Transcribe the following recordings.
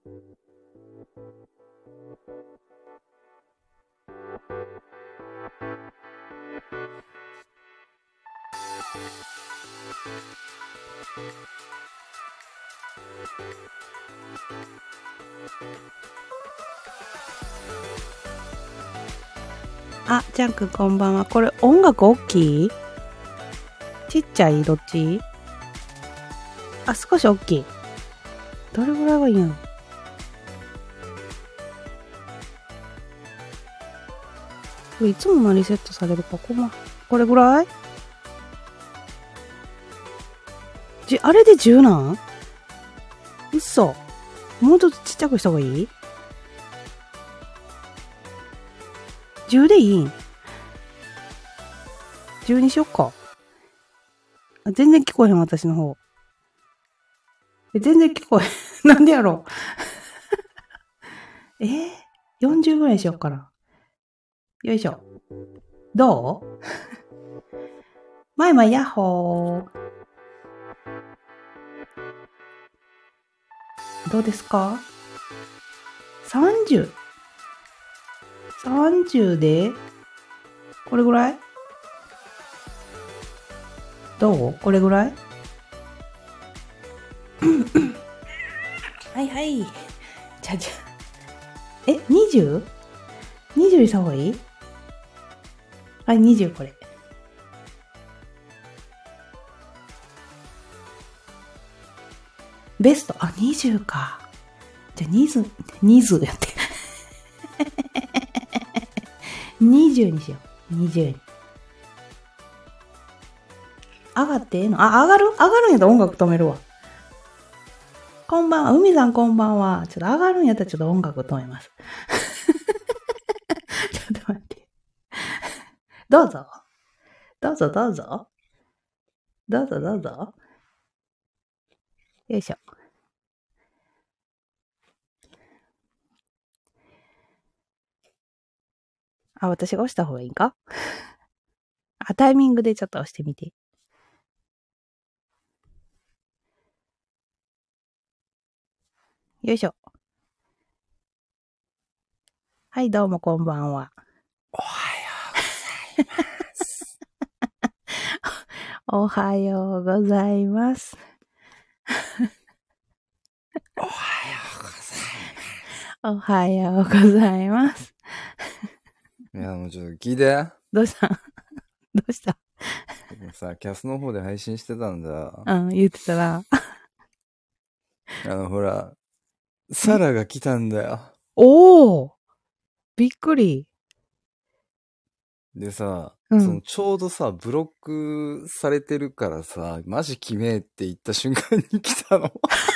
あ、ジャン君こんばんは。これ音楽大きい？ちっちゃい？どっち？あ、少し大きい。どれぐらいがいいんやろ？これいつものリセットされるか、これぐらい？あれで10なん？嘘。もうちょっとちっちゃくした方がいい？ 10 でいいん？ 10 にしよっか。あ、全然聞こえへん、私の方。全然聞こえへん。なんでやろう。40ぐらいにしよっかな。よいしょ。どう？マイマイヤッホー。どうですか？ 30。30で、これぐらい？どう？これぐらい？はいはい。20？ 20 にした方がいい？はい、20これ。ベスト。あ、20か。じゃあ、20やって。20にしよう。20に。上がってええの？あ、上がるんやったら音楽止めるわ。こんばんは。海さんこんばんは。ちょっと上がるんやったらちょっと音楽止めます。ちょっと待って。どうぞ。どうぞどうぞ。どうぞどうぞ。よいしょ。あ、私が押した方がいいんか？あ、タイミングでちょっと押してみて。よいしょ。はい、どうもこんばんは。 おはようございます。 おはようございます。 おはようございます。 おはようございます。 いや、もうちょっと聞いて。 どうしたどうした？ さ、キャスの方で配信してたんだ。 うん、言ってたな。 ほら、サラが来たんだよ。 おー、びっくり。 でさ、 うん。 ちょうどさ、ブロックされてるからさ、マジ決めって言った瞬間に来たの。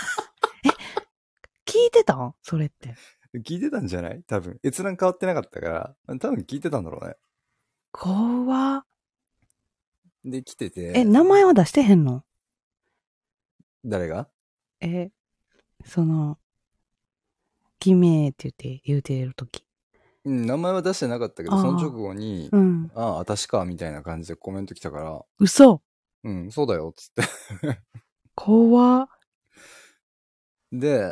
聞いてたん？それって。 聞いてたんじゃない？多分。閲覧変わってなかったから、多分聞いてたんだろうね。 怖。 で、来てて。 名前は出してへんの？ 誰が？ 偽名って言うてるとき。 うん、名前は出してなかったけど、その直後に、 うん。 ああ、私か、みたいな感じでコメント来たから、 嘘。 うん、そうだよ、つって。 怖。 で、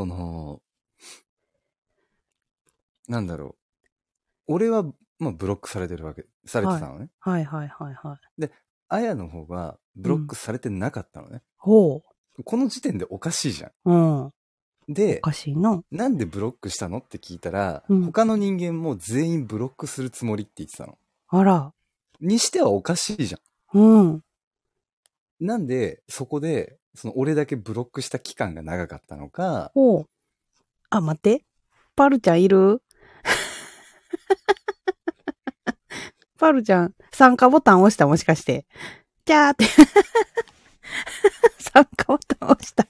なんだろう。俺は、まあ、ブロックされてるわけ、されてたのね。 はいはいはいはい。 で、あやの方がブロックされてなかったのね。 ほこの時点でおかしいじゃん。 う。うん。おで、 かしいな。 なんでブロックしたのって聞いたら、 うん。 他の人間も全員ブロックするつもりって言ってたの。 あら。 にしてはおかしいじゃうん。 ん。なんで、そこで、俺だけブロックした期間が長かったのか、 ほう。あ、待って。パルちゃんいる？パルちゃん、参加ボタン押した？もしかして。キャーって。参加ボタン押した。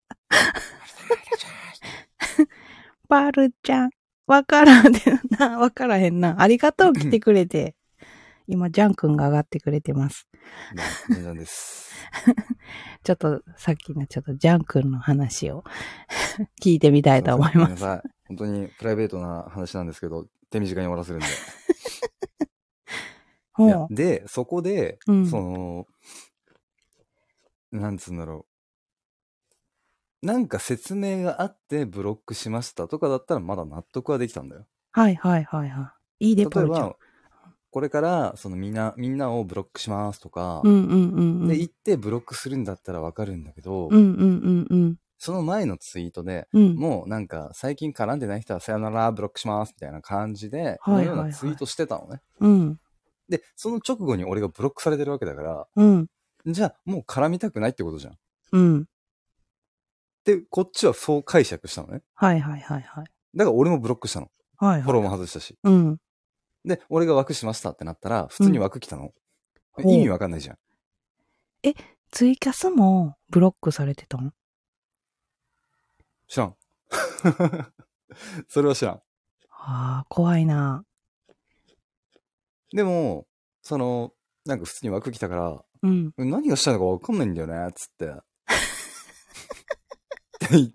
パルちゃん。わからへんな。ありがとう、来てくれて。今、ジャン君が上がってくれてます。 じゃんじゃんです。 ちょっと、さっきのちょっとジャン君の話を聞いてみたいと思います。 ごめんなさい。本当にプライベートな話なんですけど、手短に終わらせるんで。いや、で、そこで、 うん、 なんつうんだろなんか説明があってブロックしましたとかだったらまだ納得はできたんだよ。 はいはいはいはい。いいで、 例パルちゃん。 えば、これからそのみんなをブロックしますとか、 うんうんうんうん。 で言ってブロックするんだったらわかるんだけど、 うんうんうんうん。 その前のツイートで、 うん。 もうなんか最近絡んでない人はさよならブロックしますみたいな感じで、 はいはいはいのようなツイートしてたのね。 うん。 で、その直後に俺がブロックされてるわけだから、 うん。 じゃあもう絡みたくないってことじゃん。 うん。 で、こっちはそう解釈したのね。 はいはいはいはい。 だから俺もブロックしたの。 はいはい。 フォローも外したし。 うん。 で、俺が枠しましたってなったら、普通に枠来たの。 うん意味わかんないじゃん。 ツイキャスもブロックされてたの？ 知らん。それは知らん。 ああ、怖いな。 でも、なんか普通に枠来たから、 うん。 何がしたいのかわかんないんだよね、つって。って言って。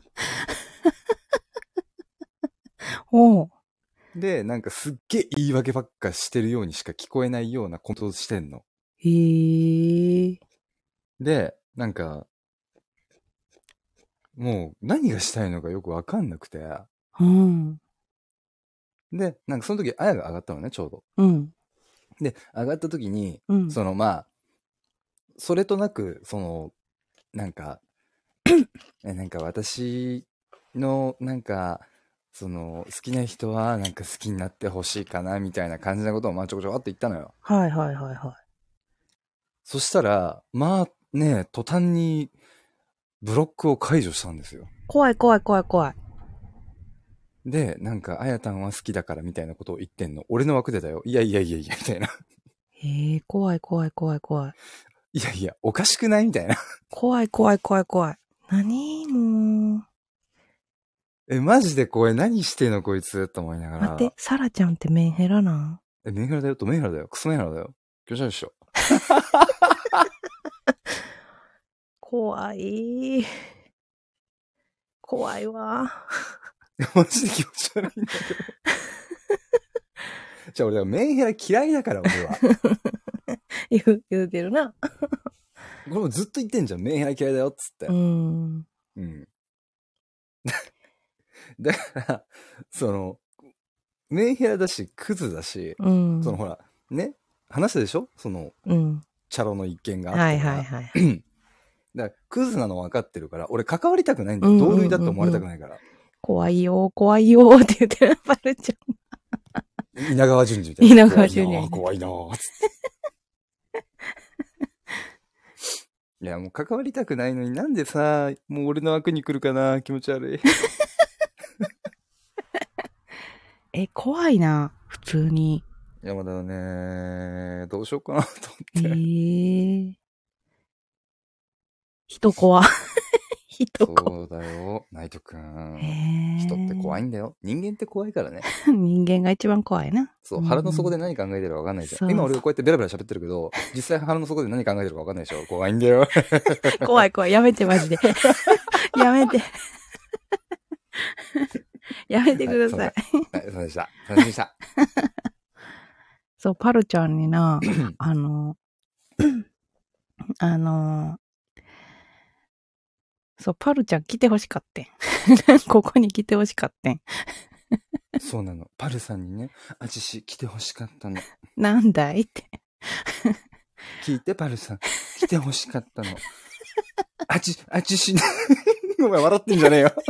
おう。 で、なんかすっげえ言い訳ばっかしてるようにしか聞こえないようなことをしてんの。 へえ。 で、なんか、もう何がしたいのかよくわかんなくて。 うん。 で、なんかその時、あやが上がったのね、ちょうど。 うん。 で、上がった時に、 うん。 まあ、それとなく、なんか、なんか私の、なんか、好きな人はなんか好きになってほしいかな、みたいな感じなことをまあちょこちょこって言ったのよ。 はいはいはいはい。 そしたら、まあね、途端にブロックを解除したんですよ。 怖い怖い怖い怖い。 で、なんか、あやたんは好きだからみたいなことを言ってんの。俺の枠でだよ。いやいやいやいや、みたいな。 へえ、怖い怖い怖い怖い。 いやいや、おかしくないみたいな。 怖い怖い怖い怖い。何もう。 マジでこれ何してんのこいつと思いながら。 待って、サラちゃんってメンヘラなん？ メンヘラだよ、メンヘラだよ。クソメンヘラだよ。気持ち悪いっしょ。 怖い。怖いわ。 マジで気持ち悪いんだけど。じゃあ俺、メンヘラ嫌いだから、俺は。 言うてるな。 これもずっと言ってんじゃん。メンヘラ嫌いだよ、っつって。うん。だから、メンヘラだし、クズだし、 うん。 ほら、ね、話したでしょうん。 チャロの一件があって。 はいはいはい。 だから、クズなの分かってるから、俺関わりたくないんだよ。同類だと思われたくないから。 怖いよ、怖いよって言ってる、パルちゃん。稲川淳二みたいな。 稲川淳二。 怖いなぁ、つって。いや、もう関わりたくないのになんでさ、もう俺の枠に来るかな、気持ち悪い。 怖いな、普通に。 いや、まだね、どうしようかなと思って。 人怖。人怖。そうだよ、ナイトくん。人って怖いんだよ。人間って怖いからね。 人間が一番怖いな。 そう、腹の底で何考えてるか分かんないじゃん。今俺がこうやってベラベラ喋ってるけど、実際腹の底で何考えてるか分かんないでしょ。怖いんだよ。 怖い怖い。やめてマジで。やめて。やめてください。 はい、そうでした。そうでした。 そう、パルちゃんにな、そう、パルちゃん来てほしかってん。ここに来てほしかってん。 そうなの。パルさんにね、あちし来てほしかったの。 なんだいって。 聞いて、パルさん。来てほしかったの。あちし、お前笑ってんじゃねえよ。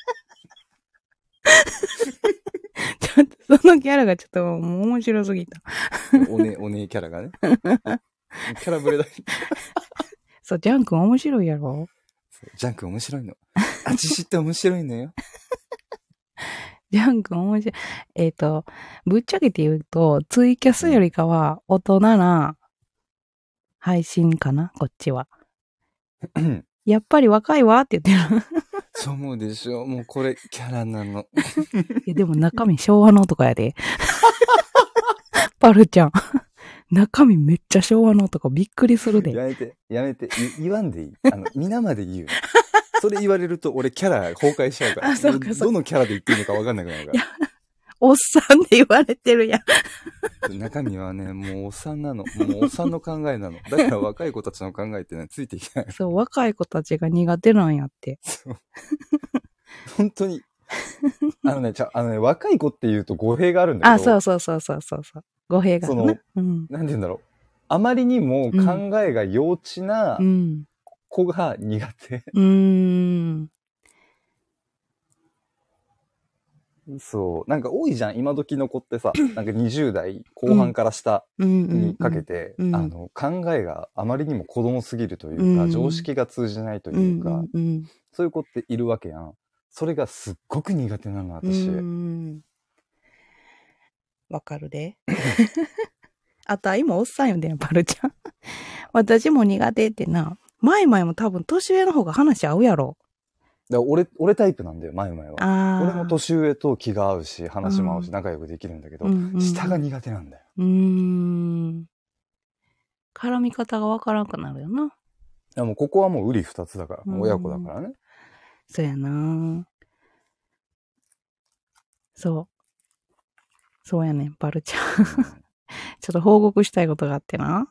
ちょっと、そのキャラがちょっともう面白すぎた。 おねえキャラがね。キャラブレだ。 そう、ジャン君面白いやろ？ ジャン君面白いの。あちしって面白いのよ。 ジャン君面白い。ぶっちゃけて言うと、ツイキャスよりかは大人な配信かな、こっちは。やっぱり若いわって言ってる。 そう思うでしょ。もうこれキャラなの。 いやでも中身昭和の男やで。パルちゃん。中身めっちゃ昭和の男びっくりするで。 やめて。言わんでいい。皆まで言う。それ言われると俺キャラ崩壊しちゃうから。 あ、そうかそうか。 どのキャラで言っていいのか分かんなくなるから。いや、 おっさんって言われてるやん。 中身はね、もうおっさんなの。もうおっさんの考えなの。だから若い子たちの考えってね、ついていけない。 そう、若い子たちが苦手なんやって。 そう。本当に。若い子って言うと語弊があるんだけど。 そう。語弊があるね。 なんて言うんだろう。あまりにも考えが幼稚な子が苦手。そう。なんか多いじゃん。今時の子ってさ、なんか20代後半から下にかけて、考えがあまりにも子供すぎるというか、常識が通じないというか、そういう子っているわけやん。それがすっごく苦手なの、私。 わかるで。あとは今おっさんよね、バルちゃん。私も苦手ってな。マイマイも多分年上の方が話合うやろ。 だから俺タイプなんだよ、マイマイは。俺も年上と気が合うし、話も合うし、仲良くできるんだけど、下が苦手なんだよ。絡み方がわからんくなるよな。いやもうここはもう瓜二つだから、親子だからね。 そうやな。そうやねん、バルちゃん。ちょっと報告したいことがあってな。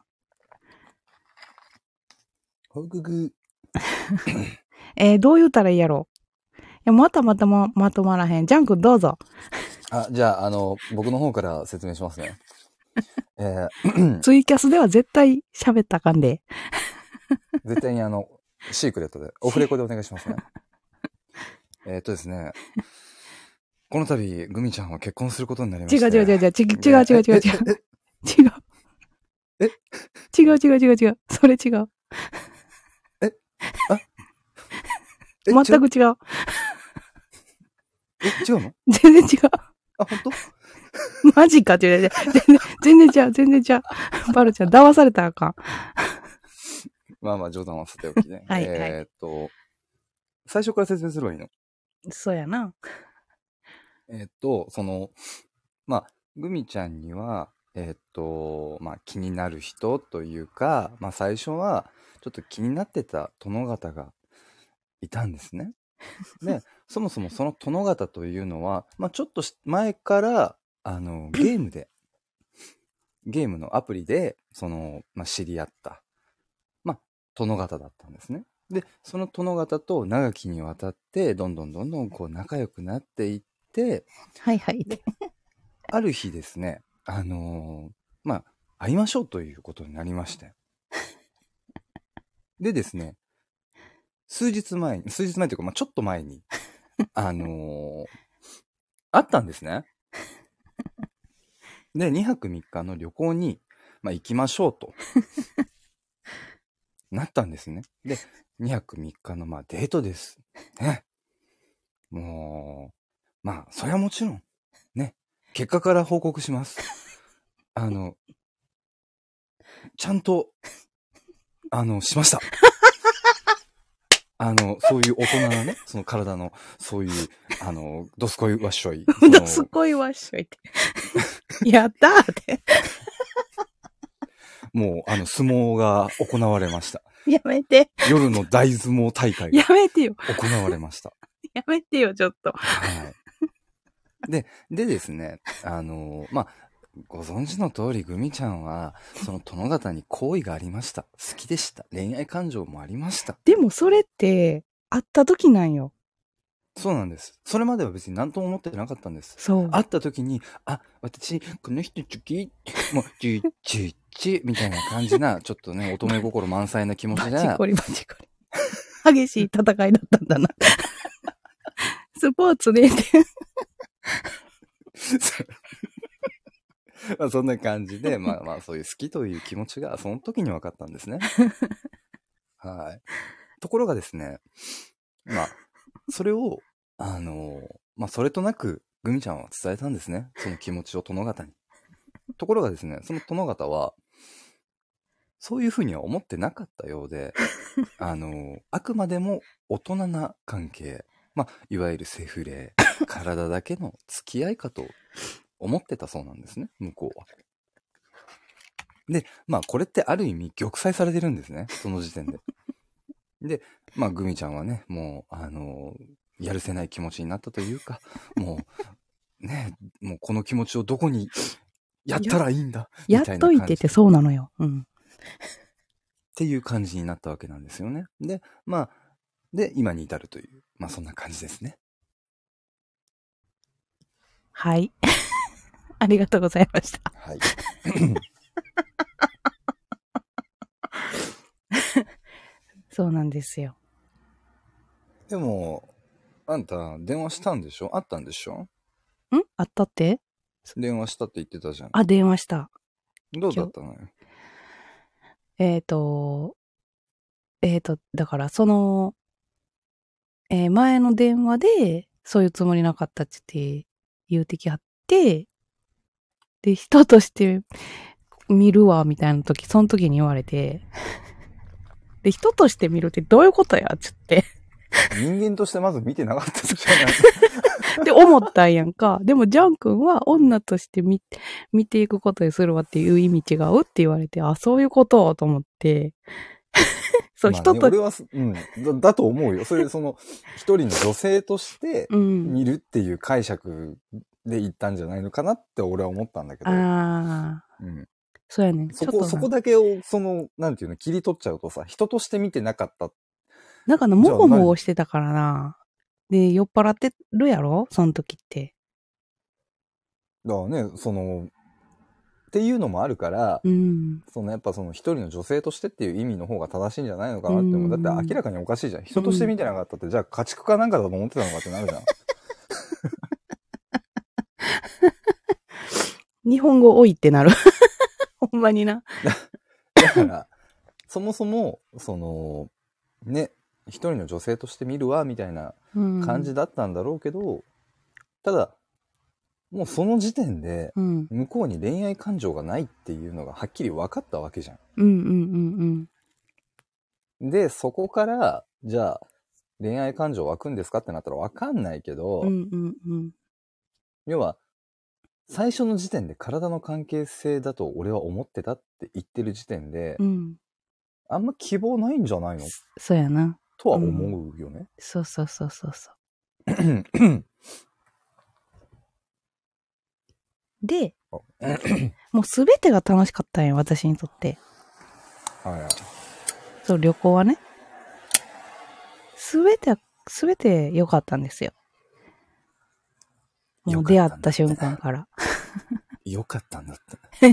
報告。 どう言うたらいいやろ。いや、まとまらへん。ジャン君どうぞ。 じゃあ、僕の方から説明しますね。 ツイキャスでは絶対喋ったらあかんで。 絶対にシークレットで、オフレコでお願いしますね。ですね。この度、グミちゃんは結婚することになりました。 違う。違う。それ違う。全く違う。 違うの？ 全然違う。 本当？ マジかって言われて。全然違う。バルちゃん、騙されたらあかん。 まあ冗談はさておきね。最初から説明すればいいの？ そうやな。 グミちゃんには、気になる人というか、最初はちょっと気になってた殿方がいたんですね。で、そもそもその殿方というのは、ちょっと前から、ゲームのアプリで、知り合った、殿方だったんですね。で、その殿方と長きにわたって、どんどんこう仲良くなっていって、 はいはい。 ある日ですね、会いましょうということになりまして。でですね、数日前というか、ちょっと前に、会ったんですね。で、2泊3日の旅行に、行きましょうと、なったんですね。で、2泊3日の、デートです。ね。もう、それはもちろん、ね、結果から報告します。ちゃんと、しました。そういう大人なね、その体の、そういう、どすこいわっしょい。 どすこいわっしょいって。やったーって。 もう、相撲が行われました。 やめて。 夜の大相撲大会が。 やめてよ。 行われました。 やめてよ、ちょっと。 はい。でですね、ご存知の通り、グミちゃんは、その殿方に好意がありました。好きでした。恋愛感情もありました。 でもそれって、会った時なんよ。 そうなんです。それまでは別に何とも思ってなかったんです。 そう。 会った時に、私、この人チュキもう、チュみたいな感じな、ちょっとね、乙女心満載な気持ちで。 バチコリ。激しい戦いだったんだな。スポーツねって。 そんな感じで、そういう好きという気持ちが、その時に分かったんですね。はい。ところがですね、それを、それとなく、グミちゃんは伝えたんですね。その気持ちを殿方に。ところがですね、その殿方は、そういうふうには思ってなかったようで、あくまでも大人な関係、いわゆるセフレ、体だけの付き合いかと思ってたそうなんですね、向こうは。で、これってある意味玉砕されてるんですね、その時点で。で、グミちゃんはね、もう、やるせない気持ちになったというか、もう、 ね、もうこの気持ちをどこにやったらいいんだやっみたいな感じ。 といててそうなのよ。うん。 っていう感じになったわけなんですよね。で、まあ、で、今に至るという、まあそんな感じですね。 はい。ありがとうございました。 はい。 そうなんですよ。 でも、あんた、電話したんでしょ？あったんでしょ？ あったって？ 電話したって言ってたじゃん。 あ、電話した。 どうだったのよ。 だから前の電話で、そういうつもりなかったって言うてきはって、で、人として見るわ、みたいな時、その時に言われて、で、人として見るってどういうことやつって。 人間としてまず見てなかったじゃない。 って思ったんやんか。でも、ジャン君は女として見ていくことにするわっていう意味違うって言われて、あ、そういうことと思って。そう、 まあね、 人と、 俺は、だと思うよ。それ、一人の女性として見るっていう解釈で言ったんじゃないのかなって俺は思ったんだけど。そうやねん。 そこだけを、なんていうの、切り取っちゃうとさ、人として見てなかった。 なんかもごもごしてたからな。で、酔っ払ってるやろその時って。 だからね、っていうのもあるから、やっぱ一人の女性としてっていう意味の方が正しいんじゃないのかなって思う。だって明らかにおかしいじゃん。人として見てなかったって、じゃあ家畜かなんかだと思ってたのかってなるじゃん。 日本語多いってなる。ほんまにな。 だから、そもそも、ね、一人の女性として見るわ、みたいな感じだったんだろうけど、ただ、もうその時点で、向こうに恋愛感情がないっていうのがはっきり分かったわけじゃん。で、そこから、じゃあ、恋愛感情湧くんですかってなったら分かんないけど、要は、最初の時点で体の関係性だと俺は思ってたって言ってる時点で、あんま希望ないんじゃないの？ そうやな。 とは思うよね。 そう。で、もうすべてが楽しかったんよ、私にとって。そう、旅行はね。すべて良かったんですよ。もう出会った瞬間から。 良かったんだって。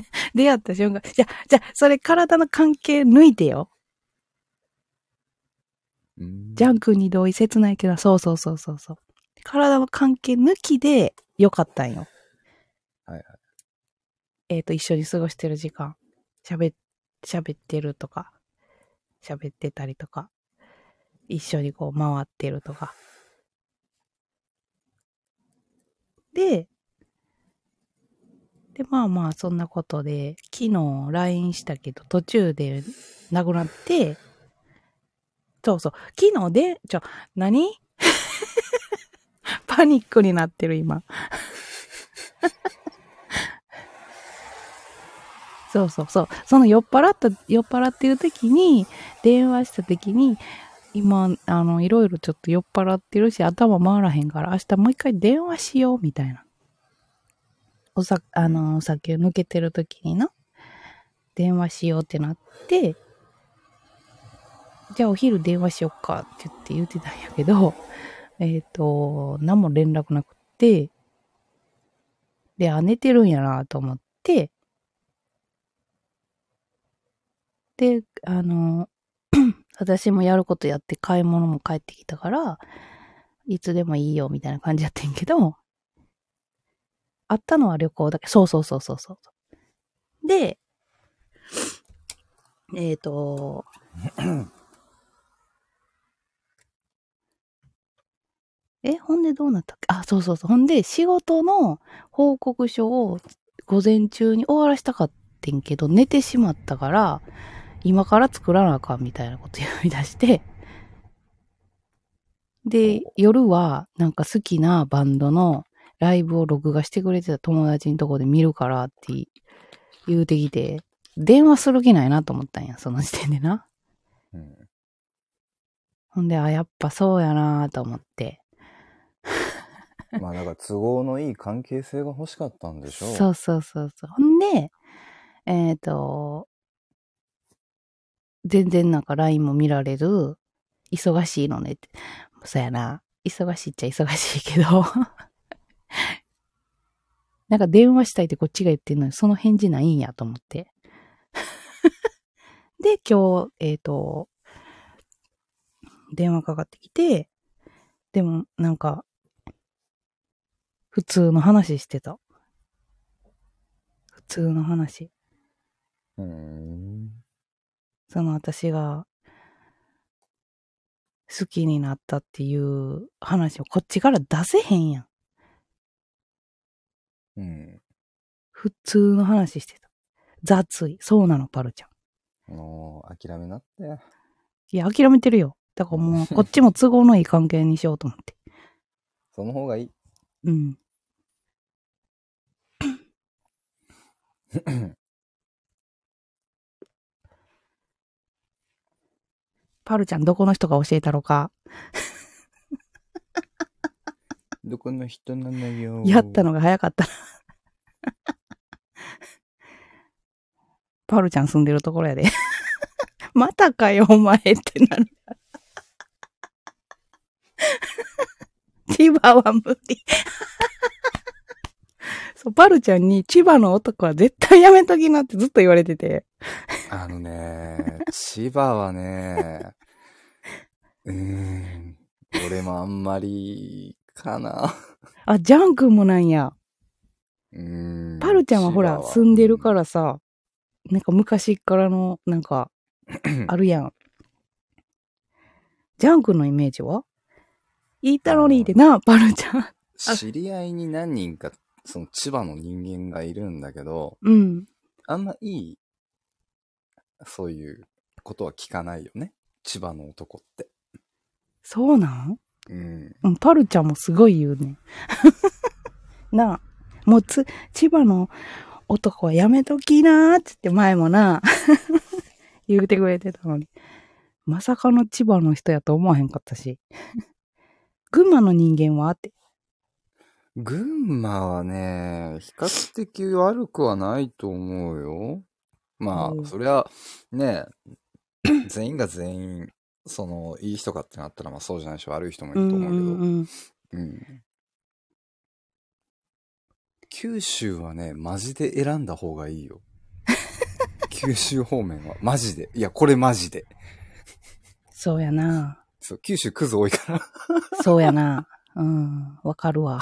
出会った瞬間。じゃあ、それ体の関係抜いてよ。ジャン君に同意切ないけど、そう。体の関係抜きで良かったんよ。一緒に過ごしてる時間。喋ってるとか、喋ってたりとか、一緒にこう回ってるとか。で、まあ、そんなことで、昨日 LINE したけど、途中でなくなって、そう、昨日で、何パニックになってる、今。そう。その酔っ払ってる時に、電話した時に、今、いろいろちょっと酔っ払ってるし、頭回らへんから、明日もう一回電話しよう、みたいな。お酒抜けてる時にな、電話しようってなって、じゃあお昼電話しよっかって言ってたんやけど、何も連絡なくって、で、寝てるんやなと思って、で、私もやることやって買い物も帰ってきたから、いつでもいいよみたいな感じやってんけど、会ったのは旅行だけ。そう。で、ほんでどうなったっけ？あ、そう。ほんで、仕事の報告書を午前中に終わらしたかってんけど、寝てしまったから、今から作らなあかんみたいなこと言い出して、で、夜はなんか好きなバンドのライブを録画してくれてた友達のとこで見るからって言うてきて、電話する気ないなと思ったんや、その時点でな。ほんで、やっぱそうやなと思って。 まあだから都合のいい関係性が欲しかったんでしょう。 そうそうそうそう。ほんで、全然なんか LINE も見られる。忙しいのねって。そうやな。忙しいっちゃ忙しいけど。なんか電話したいってこっちが言ってんのに、その返事ないんやと思って。で、今日、電話かかってきて、でもなんか、普通の話してた。普通の話。その私が好きになったっていう話をこっちから出せへんやん。 うん。 普通の話してた。雑い。そうなの、パルちゃん。 もう諦めなって。 いや、諦めてるよ。だからもう、こっちも都合のいい関係にしようと思って。 その方がいい。 うん。パルちゃん、どこの人が教えたのか。 どこの人なのよ。 やったのが早かったな。パルちゃん住んでるところやで。またかよ、お前ってなる。千葉は無理。そう、パルちゃんに千葉の男は絶対やめときなってずっと言われてて。 千葉はね、俺もあんまりかな。 あ、ジャン君もなんや。パルちゃんはほら、住んでるからさ、なんか昔からの、なんか、あるやん。ジャン君のイメージは言ったのにってな、パルちゃん。 知り合いに何人か、その千葉の人間がいるんだけど、 うん。 あんまいい、そういうことは聞かないよね。千葉の男って。 そうなんうん。 パルちゃんもすごい言うね。なあ、もう千葉の男はやめときなーって言って前もな、言うてくれてたのに。まさかの千葉の人やと思わへんかったし。群馬の人間はって。 群馬はね、比較的悪くはないと思うよ。まあ、そりゃ、ね、全員が全員、いい人かってなったら、まあそうじゃないし、悪い人もいると思うけど。うん。九州はね、マジで選んだ方がいいよ。九州方面は、マジで。いや、これマジで。 そうやな。 そう、九州クズ多いから。 そうやな。うん、わかるわ。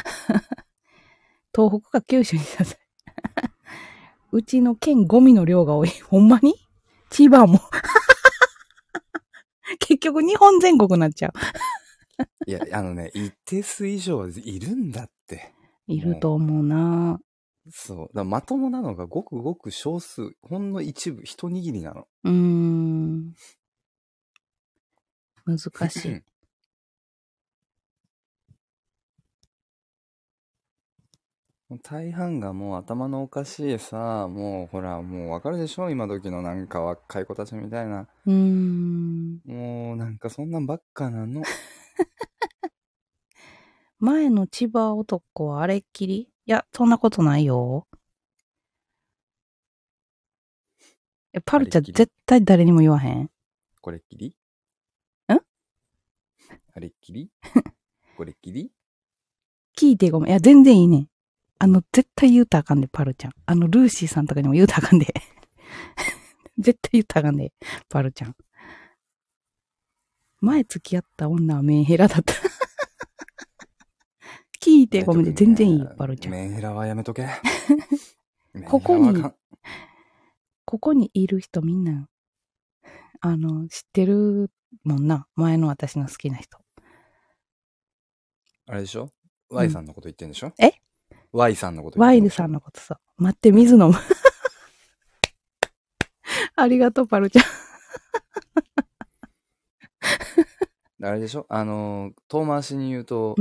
東北か九州にさせ。うちの県ゴミの量が多い。ほんまに千葉も。結局日本全国になっちゃう。 いや、一定数以上いるんだって。 いると思うな。 そう。まともなのがごくごく少数、ほんの一部、一握りなの。 難しい。 大半がもう頭のおかしいさ、もうほら、もうわかるでしょ今時のなんか若い子たちみたいな。もうなんかそんなんばっかなの。 前の千葉男はあれっきり？いや、そんなことないよ。パルちゃん絶対誰にも言わへん。 これっきり？ ん？ あれっきり？これっきり？ 聞いてごめん。いや、全然いいねん。絶対言うたらあかんで、パルちゃん。ルーシーさんとかにも言うたらあかんで。絶対言うたらあかんで、パルちゃん。前付き合った女はメンヘラだった。聞いてごめんで、全然いいよ、パルちゃん。 メンヘラはやめとけ。 ここにいる人みんな、知ってるもんな。前の私の好きな人。 あれでしょ？ Y さんのこと言ってんでしょ？Y さんのこと言ってんでしょ？ Y さんのことさ。待って、水飲む。ありがとう、パルちゃん。 あれでしょ？遠回しに言うと、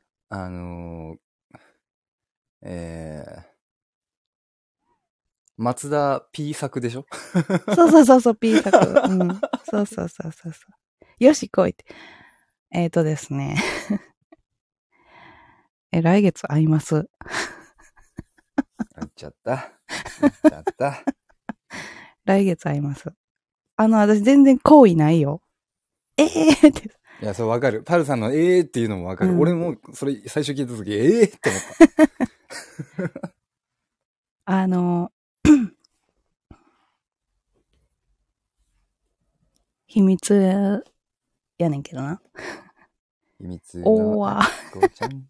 松田 P 作でしょ？ そう、P 作。そう。よし、来いって。ですね。 来月会います。 会っちゃった。会っちゃった。 来月会います。私全然好意ないよ。って。 いや、そうわかる。パルさんのっていうのもわかる。 うん俺もそれ最初聞いたとき、って思った。 秘密やねんけどな。 秘密のおーわ。 こちゃん。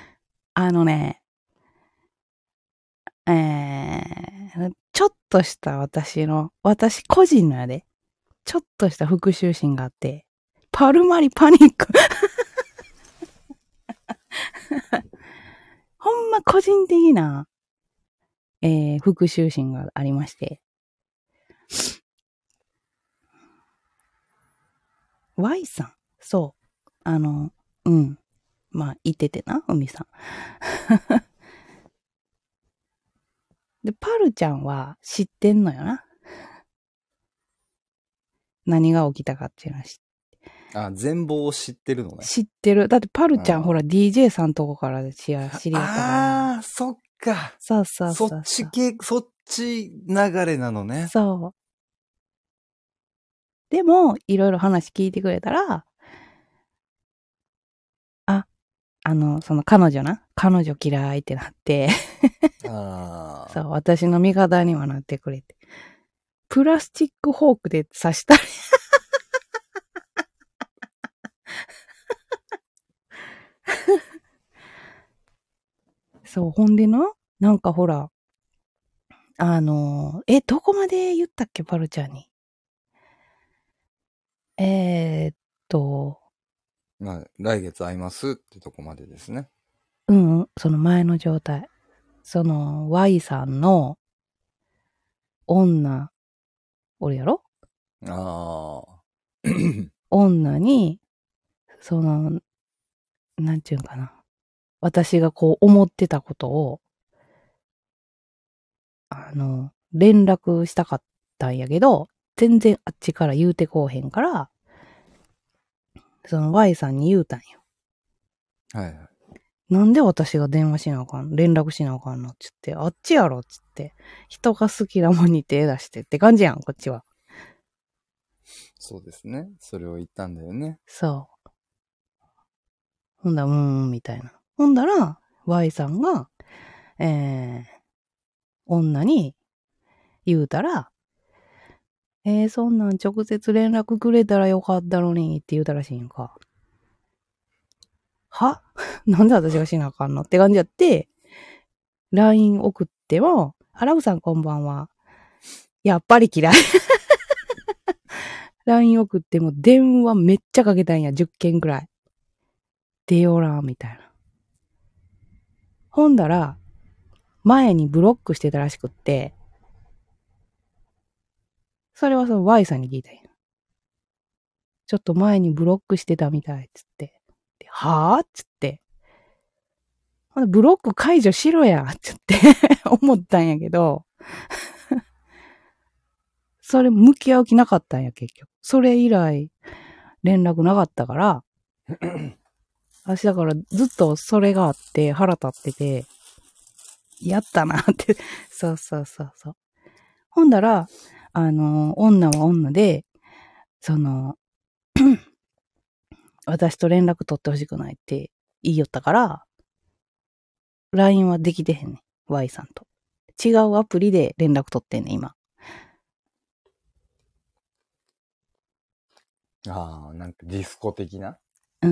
ちょっとした私個人のやで、ちょっとした復讐心があって、パルマリパニック。ほんま個人的な、復讐心がありまして。Y さんそう。まあ、言っててな、海さん。で、パルちゃんは知ってんのよな。何が起きたかっていうのは全貌を知ってるのね。 知ってる。だってパルちゃんほら DJ さんとこから知り合ったから。 そっか。 そうそうそう。 そっち流れなのね。 そう。でも、いろいろ話聞いてくれたら、その彼女嫌いってなってそう、私の味方にはなってくれて。プラスチックフォークで刺したりそう、ほんでな、なんかほら、どこまで言ったっけ、パルちゃんに。 まあ、来月会いますってとこまでですね。 その前の状態。その Y さんの女、俺やろ女に、なんていうんかな。私がこう思ってたことを、連絡したかったんやけど、全然あっちから言うてこうへんから、その Y さんに言うたんよ。 はいはい。 なんで私が電話しなあかん、連絡しなあかんのっつって、あっちやろっつって、人が好きなもんに手出してって感じやん、こっちは。 そうですね。それを言ったんだよね。 そう。ほんだら、みたいな。ほんだら、Y さんが、女に言うたら、そんなん直接連絡くれたらよかったのにって言うたらしいんか。はなんで私がしなあかんのって感じやって、LINE 送っても、アラブさんこんばんは。やっぱり嫌い。LINE 送っても電話めっちゃかけたんや、10件くらい。出よらん、みたいな。ほんだら、前にブロックしてたらしくって、それはその Y さんに聞いたんや。ちょっと前にブロックしてたみたい、つって。はぁつって。ブロック解除しろや、つって思ったんやけど、それ向き合う気なかったんや、結局。それ以来、連絡なかったから、私だからずっとそれがあって腹立ってて、やったなってそうそうそうそう。ほんだら、女は女で、私と連絡取ってほしくないって言いよったから、LINE はできてへんねん。Y さんと。違うアプリで連絡取ってんねん、今。 なんかディスコ的なうん。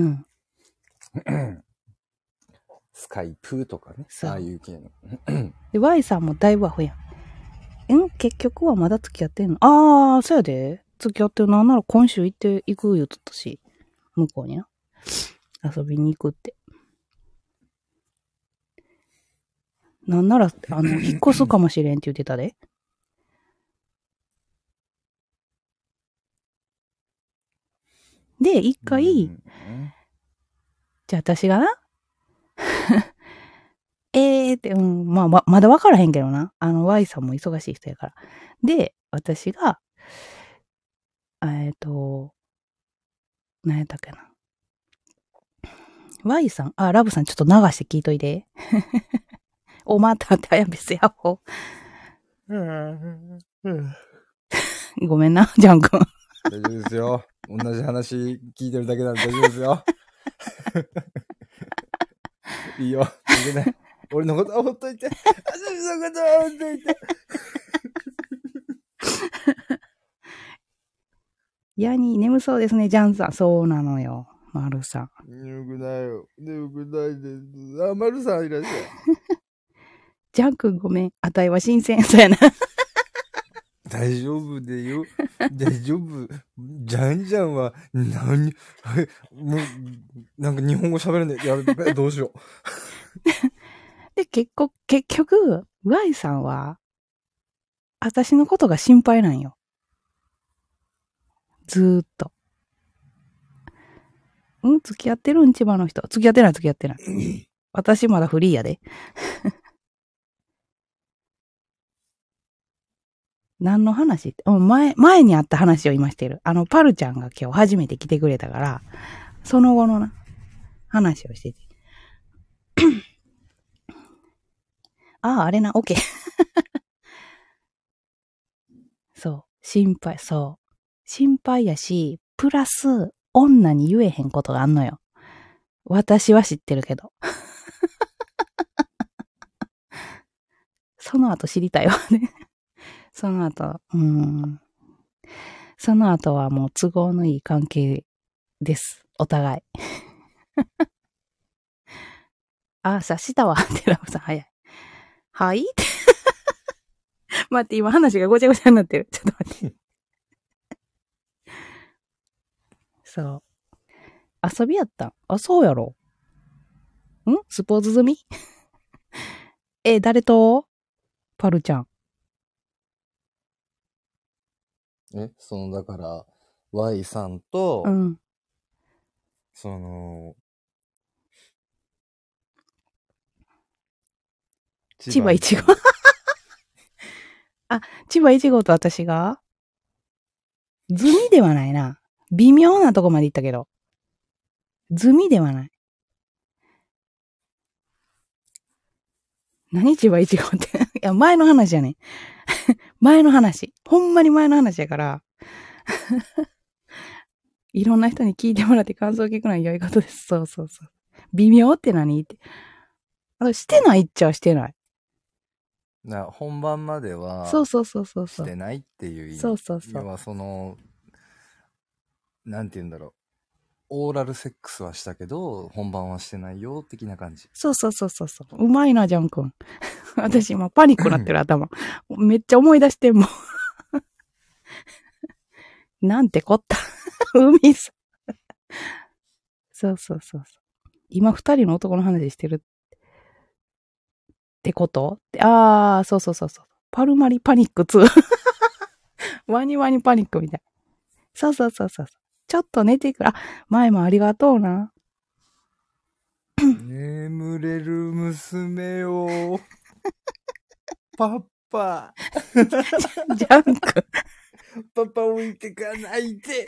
スカイプとかね。ああいう系の。 で、Y さんもだいぶアホやん。結局はまだ付き合ってんのそうやで。付き合ってる。なんなら今週行く言うとったし。向こうにな。遊びに行くって。なんなら、引っ越すかもしれんって言ってたで。で、一回、じゃあ私がな、って、まだ分からへんけどな。Y さんも忙しい人やから。で、私が、何やったっけな。 Y さん、ラブさんちょっと流して聞いといて。おまたってあやべせやほ。ごめんな、ジャン君。 大丈夫ですよ。同じ話聞いてるだけなんで大丈夫ですよ。いいよ。いけない。俺のことはほっといて。私のことはほっといて。 やに眠そうですね、ジャンさん。そうなのよ。まるさん。 眠くないよ。眠くないです。あ、まるさんいらっしゃい。 ジャン君ごめん。あたいは新鮮そうやな。 大丈夫でよ。大丈夫。じゃんじゃんは、もう、なんか日本語喋るね。やべ、どうしよう。 で、結局、Y さんは、私のことが心配なんよ。ずーっと。付き合ってるん千葉の人。付き合ってない。私まだフリーやで。何の話って、前にあった話を今してる。パルちゃんが今日初めて来てくれたから、その後のな、話をしてて。あれな、OK。そう。心配やし、プラス、女に言えへんことがあんのよ。私は知ってるけど。その後知りたいわね。その後はもう都合のいい関係です。お互い。察したわ。テラブさん早い。はいって待って、今話がごちゃごちゃになってる。ちょっと待って。そう。遊びやったん？そうやろ。スポーツ済み誰と？パルちゃん。 だから、Y さんと、 千葉一号。千葉一号と私が済みではないな。微妙なとこまで行ったけど。済みではない。何千葉一号って。いや、前の話やね。前の話。ほんまに前の話やから。いろんな人に聞いてもらって感想を聞くのは良いことです。そう。微妙って何って。してないっちゃしてない。 本番までは、 そう。 してないっていう意味。 そう。 要はなんて言うんだろう。オーラルセックスはしたけど、本番はしてないよ、的な感じ。 そう。うまいな、ジャン君。私今パニックなってる頭。めっちゃ思い出してもう。なんてこった。海さ。そう。今二人の男の話してるってことそう。パルマリパニック2。ワニワニパニックみたい。そう。ちょっと寝てくる。前もありがとうな。 眠れる娘を。パパ。 ジャンク。 パパ置いてかないで。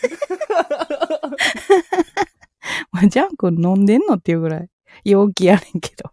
ジャンク飲んでんのっていうぐらい陽気やねんけど。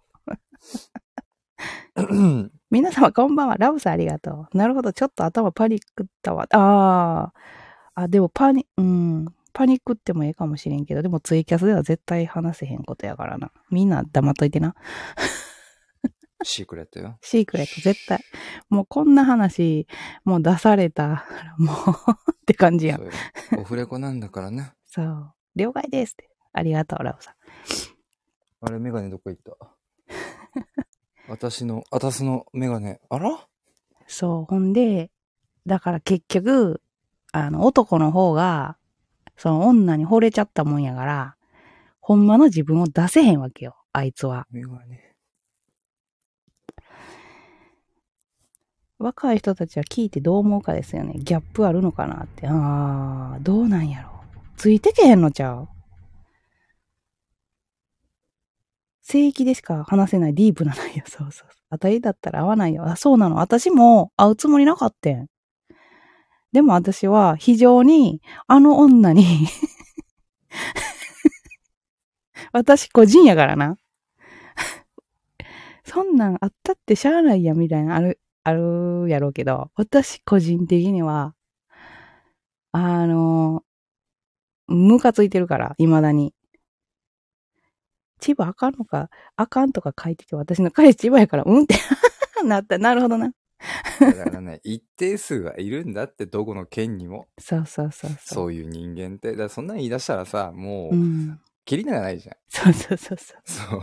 皆様こんばんは。ラブさんありがとう。なるほど。ちょっと頭パニックったわ。でもパニックってもええかもしれんけど、でもツイキャスでは絶対話せへんことやからな。みんな黙っといてな。 シークレットよ。 シークレット絶対。もうこんな話、もう出されたらもうって感じやん。 オフレコなんだからね。 そう。了解ですって。ありがとう、ラブさん。 あれ、メガネどこ行った私のメガネ、あら？ そう。ほんで、だから結局、男の方が、その女に惚れちゃったもんやから、ほんまの自分を出せへんわけよ、あいつは。 メガネ。 若い人たちは聞いてどう思うかですよね。ギャップあるのかなって。どうなんやろ。ついてけへんのちゃう？聖域でしか話せないディープな内容。そう。あたりだったら合わないよ。そうなの。私も会うつもりなかったん。でも私は非常にあの女に私個人やからな。そんなんあったってしゃあないやみたいなあるやろうけど、私個人的には、あの、ムカついてるから、未だに。千葉あかんのか、あかんとか書いてて、私の彼千葉やから、うんってなった。なるほどな。 だからね、一定数はいるんだって、どこの県にも。 そうそうそうそう。 そういう人間って。だからそんなん言い出したらさ、もう、 うん。 キリがないじゃん。 そうそうそうそう。 そう。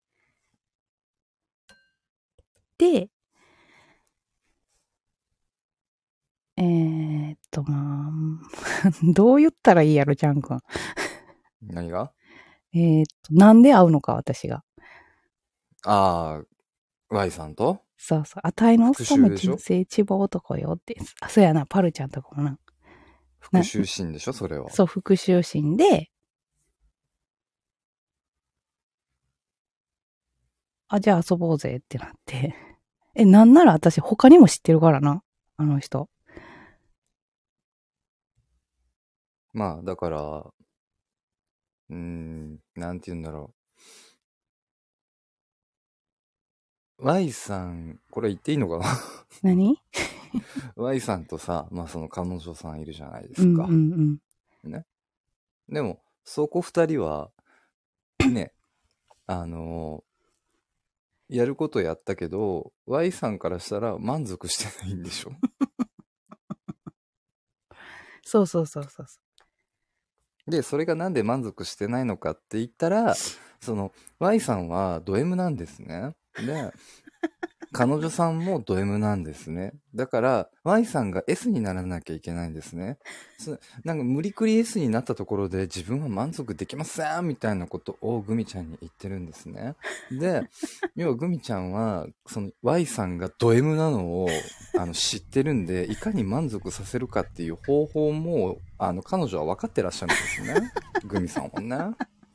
で、まあ、どう言ったらいいやろ、ちゃんくん。 何が？ なんで会うのか、私が。 ああ、Y さんとそうそう。あたいのおっ復さんも讐でしょ？ 人生一番男よって。あ、そうやな、パルちゃんとかもな。 復讐心でしょそれは。 そう、復讐心で、あ、じゃあ遊ぼうぜってなって。なんなら私他にも知ってるからな。あの人。 まあ、だから、なんて言うんだろう。Y さん、これ言っていいのかな？ 何？ Y さんとさ、まあその彼女さんいるじゃないでうんうんすか。 うん。 ね。でも、そこ二人は、ね、あのやることやったけど、Y さんからしたら満足してないんでしょ？ そうそうそうそう。 で、それがなんで満足してないのかって言ったら、その、Y さんはド M なんですね。で、彼女さんもド M なんですね。だから、Y さんが S にならなきゃいけないんですね。なんか無理くり S になったところで自分は満足できませんみたいなことをグミちゃんに言ってるんですね。で、要はグミちゃんは、その Y さんがド M なのを知ってるんで、いかに満足させるかっていう方法も、彼女は分かってらっしゃるんですね。グミさんはね。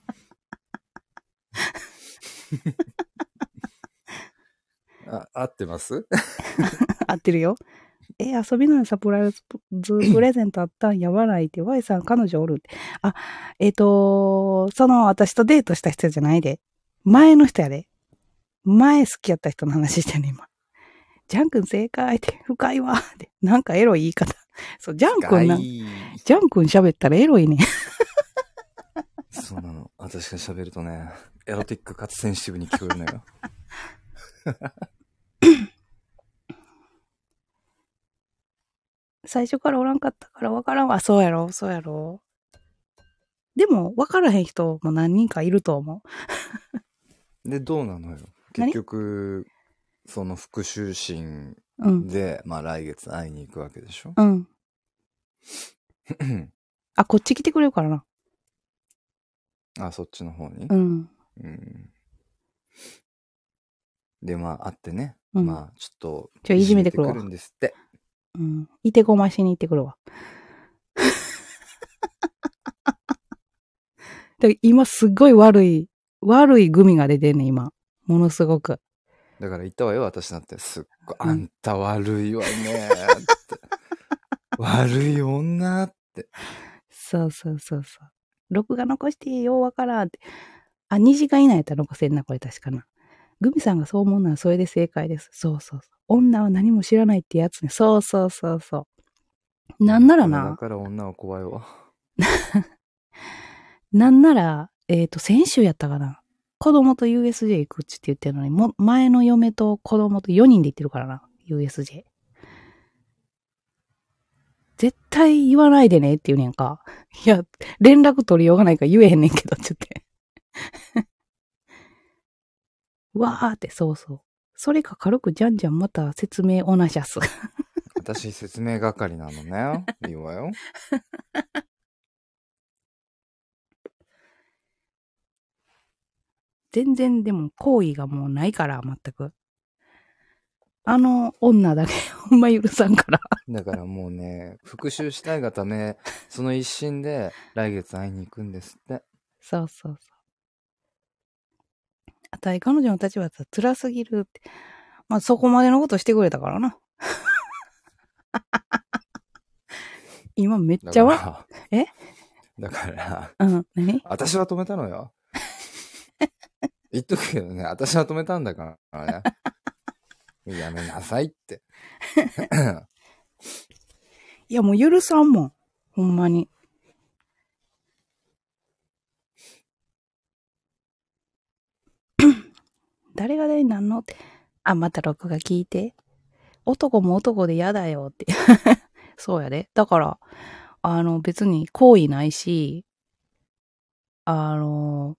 合ってます？ 合ってるよ。遊びのサプライズプレゼントあったんやばないって、Y さん彼女おるって。あ、その私とデートした人じゃないで。前の人やで。前好きやった人の話してんね、今。ジャン君正解って、深いわって。なんかエロい言い方。そう、ジャン君ジャン君喋ったらエロいね。 そうなの。私が喋るとね、エロティックかつセンシティブに聞こえるのよ。 最初からおらんかったからわからんわ。そうやろ、そうやろ。でも、わからへん人も何人かいると思で、どうなのよ。結局、その復讐心う。うん。 で、まあ来月会いに行くわけでしょ？ うん。あ、こっち来てくれるからな。 あ、そっちの方に。 うん。 うん。で、まあ会ってね。 うん、 まあちょっと、 いじめてくるわ。 くるんですって。 うん。いてこましに行ってくるわ。で今すっごい悪いグミが出てんね、今。ものすごく。 だから言ったわよ、私だって。すっごい、 うん、 あんた悪いわねって。悪い女って。 そうそうそうそう。録画残してようわからんって。あ、2時間以内やったら残せんな、これ確かな。グミさんがそう思うならそれで正解です。そうそうそう。女は何も知らないってやつね。そうそうそうそう。なんならこれだな。 から女は怖いわ。 なんなら、先週やったかな。子供と USJ 行くって言ってるのに、前の嫁と子供と4人で行ってるからな。USJ。絶対言わないでねって言うねんか。いや、連絡取りようがないから言えへんねんけど、ちょっと。わーって、そうそう。それか軽くじゃんじゃんまた説明おなしゃす。 私説明係なのね。いいわよ。 全然でも行為がもうないから、全く。あの女だけ、ほんま許さんから。 だからもうね、復讐したいがため、その一心で来月会いに行くんですって。 そうそうそう。あたい彼女の立場だったら辛すぎるって。まあそこまでのことしてくれたからな。今めっちゃだから、 えだから、 うん、何私は止めたのよ。 言っとくけどね、私は止めたんだからね。やめなさいって。 いや、もう許さんもん。ほんまに。誰が誰になんのって。あ、また録画聞いて。男も男で嫌だよって。そうやで。だから、別に好意ないし、も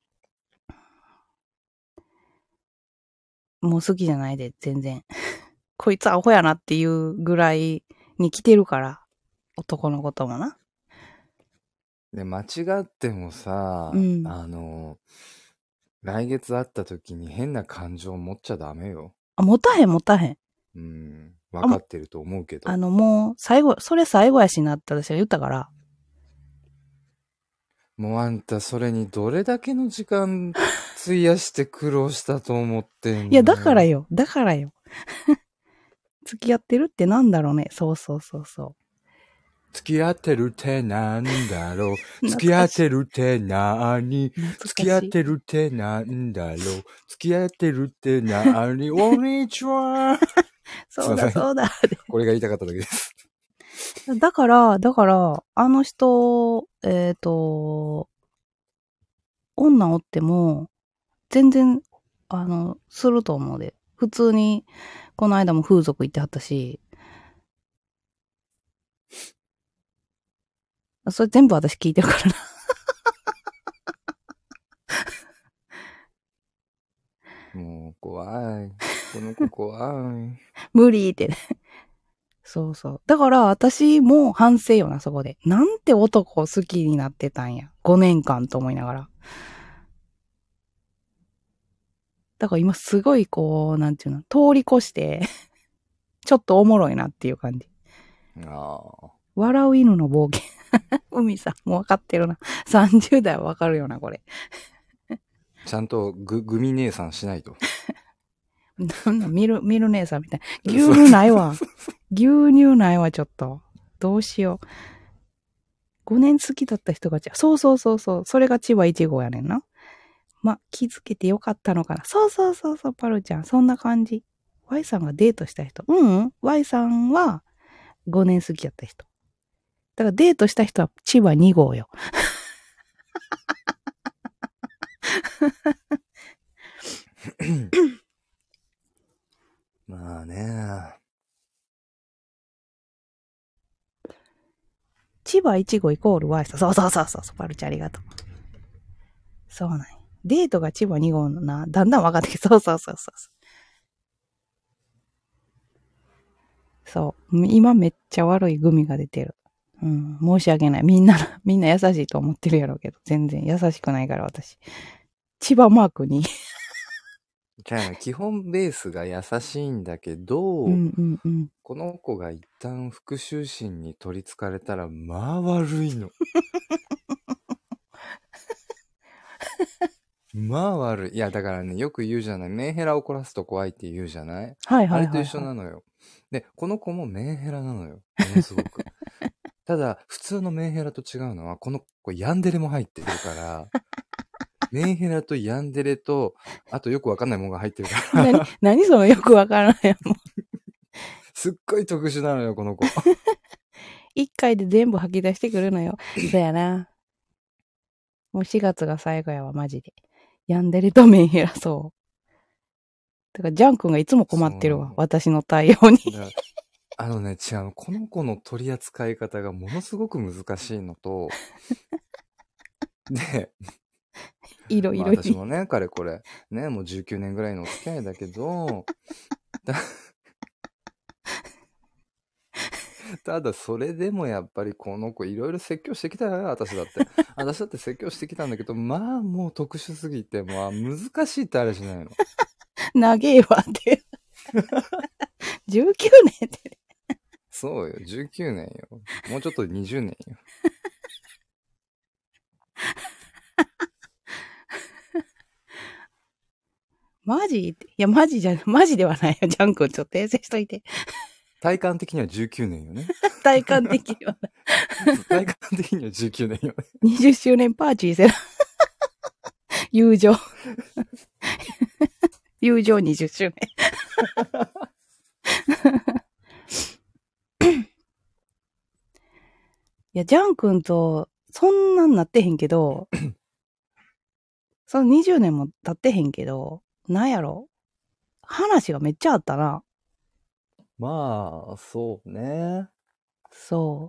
う好きじゃないで、全然。こいつアホやなっていうぐらいに来てるから。男のこともな。 で、間違ってもさ、 うん。 来月会った時に変な感情持っちゃダメよ。 あ、持たへん持たへん。 うん。 あ、 分かってると思うけど。 もう、最後、それ最後やしなって私が言ったから。 もうあんたそれにどれだけの時間費やして苦労したと思ってんのよ。 いや、だからよ。だからよ。付き合ってるってなんだろうね。そうそうそうそ付き合ってるってなんだろう。 う。 付き合ってるってなーに。付き合っ懐かしい。 てるってなんだろう。付き合ってるってなーに。こんにちは。 そうだそうだ。 これが言いたかっただけです。 だから、あの人、女おっても、全然、すると思うで。普通に、この間も風俗行ってはったし、それ全部私聞いてるからな。 もう怖い。この子怖い。 無理ってね。そうそう。だから私も反省よな、そこで。なんて男を好きになってたんや。5年間と思いながら。だから今すごいこう、なんていうの、通り越して、ちょっとおもろいなっていう感じ。 ああ。 笑う犬の冒険。海さんもわかってるな。30代はわかるよな、これ。 ちゃんとグミ姉さんしないと。 なんだ、ミル姉さんみたいな。牛乳ないわ。牛乳ないわ、ちょっと。どうしよう。5年好きだった人がそうそうそうそう。それが千葉1号やねんな。ま、気づけてよかったのかな。そうそうそうそう、パルちゃん。そんな感じ。Y さんがデートした人。Y さんは5年好きやった人。だからデートした人は千葉2号よ。 まあね。 千葉1号イコール Y さん。そうそうそうそう。パルちゃんありがとう。そうなんや。デートが千葉2号のな、だんだん分かってきて、そうそうそうそう。そう。今めっちゃ悪いグミが出てる。うん。申し訳ない。みんな優しいと思ってるやろうけど、全然優しくないから私。千葉マークに。 じゃあ基本ベースが優しいんだけど、 うんうん。 この子が一旦復讐心に取り憑かれたら、まあ悪いの。まあ悪い。いや、だからね、よく言うじゃない。メンヘラ怒らすと怖いって言うじゃないはいはいはい、はい。 あれと一緒なのよ。で、この子もメンヘラなのよ。ものすごく。ただ、普通のメンヘラと違うのは、この子ヤンデレも入ってるから、メンヘラとヤンデレと、あとよくわかんないものが入ってるから。 何そのよくわからないもん。 すっごい特殊なのよ、この子。 一回で全部吐き出してくるのよ。そうやな。もう4月が最後やわ、マジで。ヤンデレとメンヘラ、そう。だから、ジャン君がいつも困ってるわ。私の対応に。 違う。この子の取り扱い方がものすごく難しいのと、で、 いろいろ、 私もね、かれこれ、ね、もう19年ぐらいのお付き合いだけど、ただそれでもやっぱりこの子いろいろ説教してきたよ、私だって。私だって説教してきたんだけど、まあもう特殊すぎて、もう難しいってあれしないの。 長えわって。19年って。 そうよ、19年よ。もうちょっと20年よ。 マジいや、マジではないよ。ジャン君、ちょっと訂正しといて。 体感的には19年よね。 体感的には。 体感的には19年よね。 20周年パーティーせな。 友情。友情20周年。いや、ジャン君と、そんなんなってへんけど、その20年も経ってへんけど、なんやろ話がめっちゃあったな。 まあ、そうね。 そ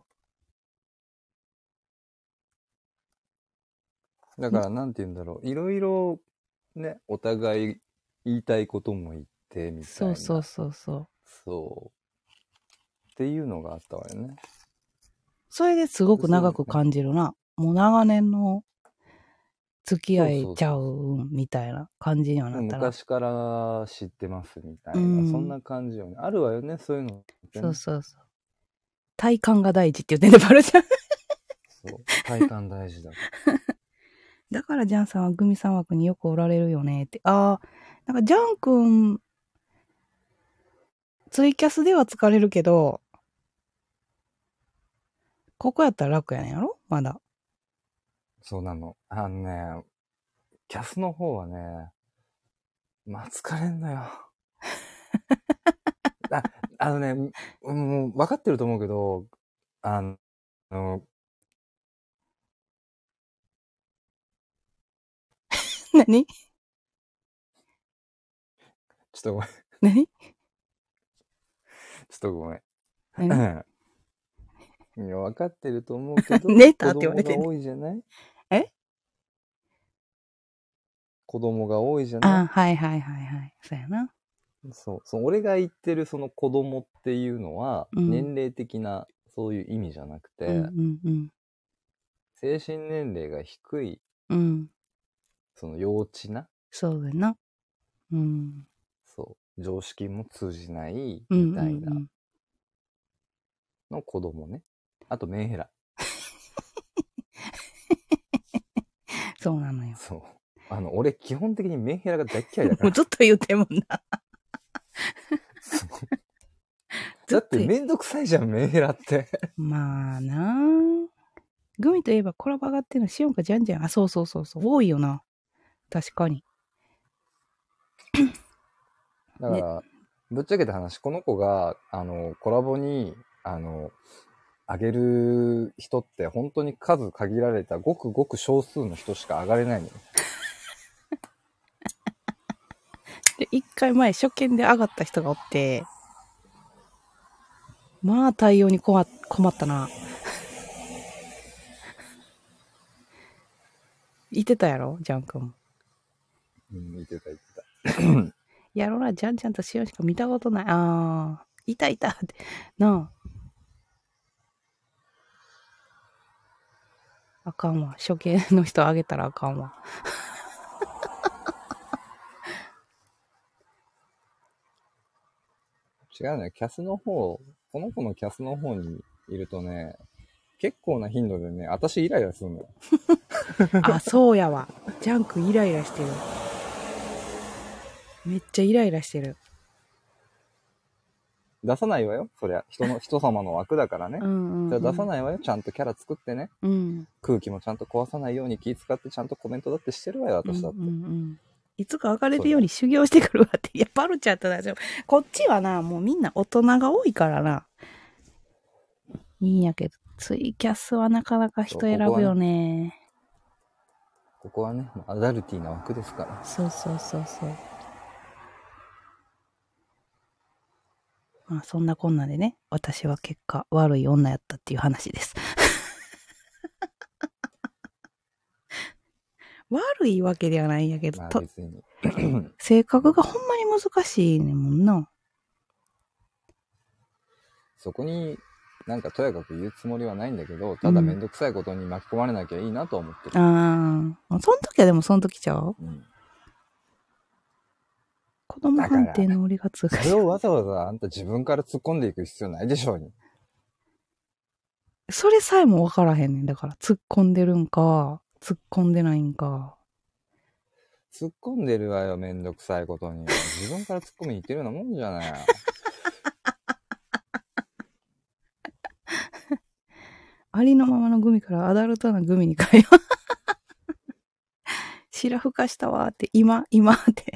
だから、なんて言うんだろう。いろいろ、ね、お互い言いたいことも言って、みたいそな。 うそうそうそう。 そう。っていうのがあったわよね。 それですごく長く感じるな。もう長年の付き合いちゃうみたいな感じにはなったな。 昔から知ってますみたいな、 うんそんな感じよね。あるわよね、そういうのってね。 そうそうそう。体感が大事って言ってんでバルちゃん。 そう。体感大事だ。 だからジャンさんはグミさん枠によくおられるよねって。ああ、なんかジャン君、ツイキャスでは疲れるけど、ここやったら楽やねんやろまだ。 そうなの。キャスの方はね、まあ疲れんのよ。あのね、もう分かってると思うけど、あの、 何ちょっとごめん。 何ちょっとごめん。 何いや、分かってると思うけど、 寝た子って言われてんね供が多いじゃない？ え子供が多いじゃない？ ああ、はいはいはいはい。そうやな。 そう、俺が言ってるその子供っていうのは、 うん年齢的なそういう意味じゃなくて、 うんうんうん。 精神年齢が低い、 うん。 その幼稚な、 そうだな。うん。 そう、常識も通じないうんうんみたいなうん。 の子供ね。あとメンヘラ。 そうなのよ。 そう。俺基本的にメンヘラが大っ嫌いだから。 もうずっと言うてんもんな。 そうずっとだってめんどくさいじゃん、メンヘラって。 まあなグミといえばコラボ上がってるのシオンかジャンジャン。あ、そうそうそうそう。多いよな。確かに。ね。 だから、ぶっちゃけた話、この子が、コラボに、上げる人って本当に数限られたごくごく少数の人しか上がれないのよ。 で、一回前初見で上がった人がおって、まあ対応に困ったな。言ってたやろジャン君も。 言ってた言ってた。 やろな、ジャンジャンとシオンしか見たことない。ああ、いたいたって。なあ。あかんわ。初見の人あげたらあかんわ。 違うね。キャスの方、この子のキャスの方にいるとね、結構な頻度でね、私イライラするのよ。 あ、そうやわ。ジャン君イライラしてる。めっちゃイライラしてる。 出さないわよ。そりゃ、人様の枠だからね。 うんうん、うん。 じゃあ出さないわよ。ちゃんとキャラ作ってね。 うん。 空気もちゃんと壊さないように気遣ってちゃんとコメントだってしてるわよ、私だって。 うんうんうん、いつか上がれるように修行してくるわって。いや、パルちゃんと大丈夫。こっちはな、もうみんな大人が多いからな。いいんやけど、ツイキャスはなかなか人選ぶよね。 ここはね、アダルティーな枠ですから。 そうそうそうそう。まあそんなこんなでね、私は結果悪い女やったっていう話です。悪いわけではないんやけど、 まあ別に。 性格がほんまに難しいねんもんな。 そこになんかとやかく言うつもりはないんだけど、ただめんどくさいことに巻き込まれなきゃいいなとは思ってる。 ああ、そん時はでもそん時ちゃう、子供判定の俺が通過それをわざわざあんた自分から突っ込んでいく必要ないでしょうに。 それさえも分からへんねん。だから、突っ込んでるんか、突っ込んでないんか。 突っ込んでるわよ、めんどくさいことに。自分から突っ込みに行ってるようなもんじゃない。ありのままのグミからアダルトなグミに変えよう。 白ふかしたわーって、今って。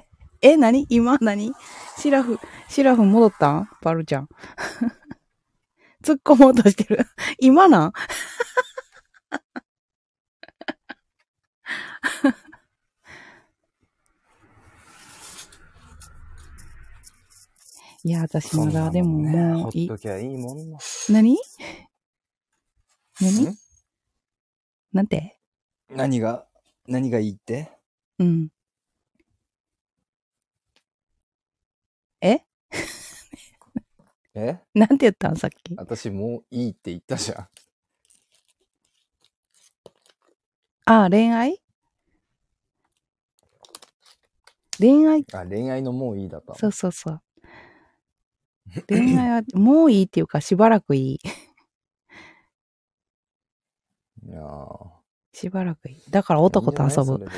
何シラフ戻ったんパルちゃん。突っ込もうとしてる。今なんいや、私まだでももうほっときゃいいもんな。 何なんて何がいいって？ うん。えなんて言ったんさっき。 私もういいって言ったじゃん。 恋愛恋愛のもういいだった。 そうそうそう。恋愛はもういいっていうかしばらくいい。 いやー。 しばらくいい。だから男と遊ぶ。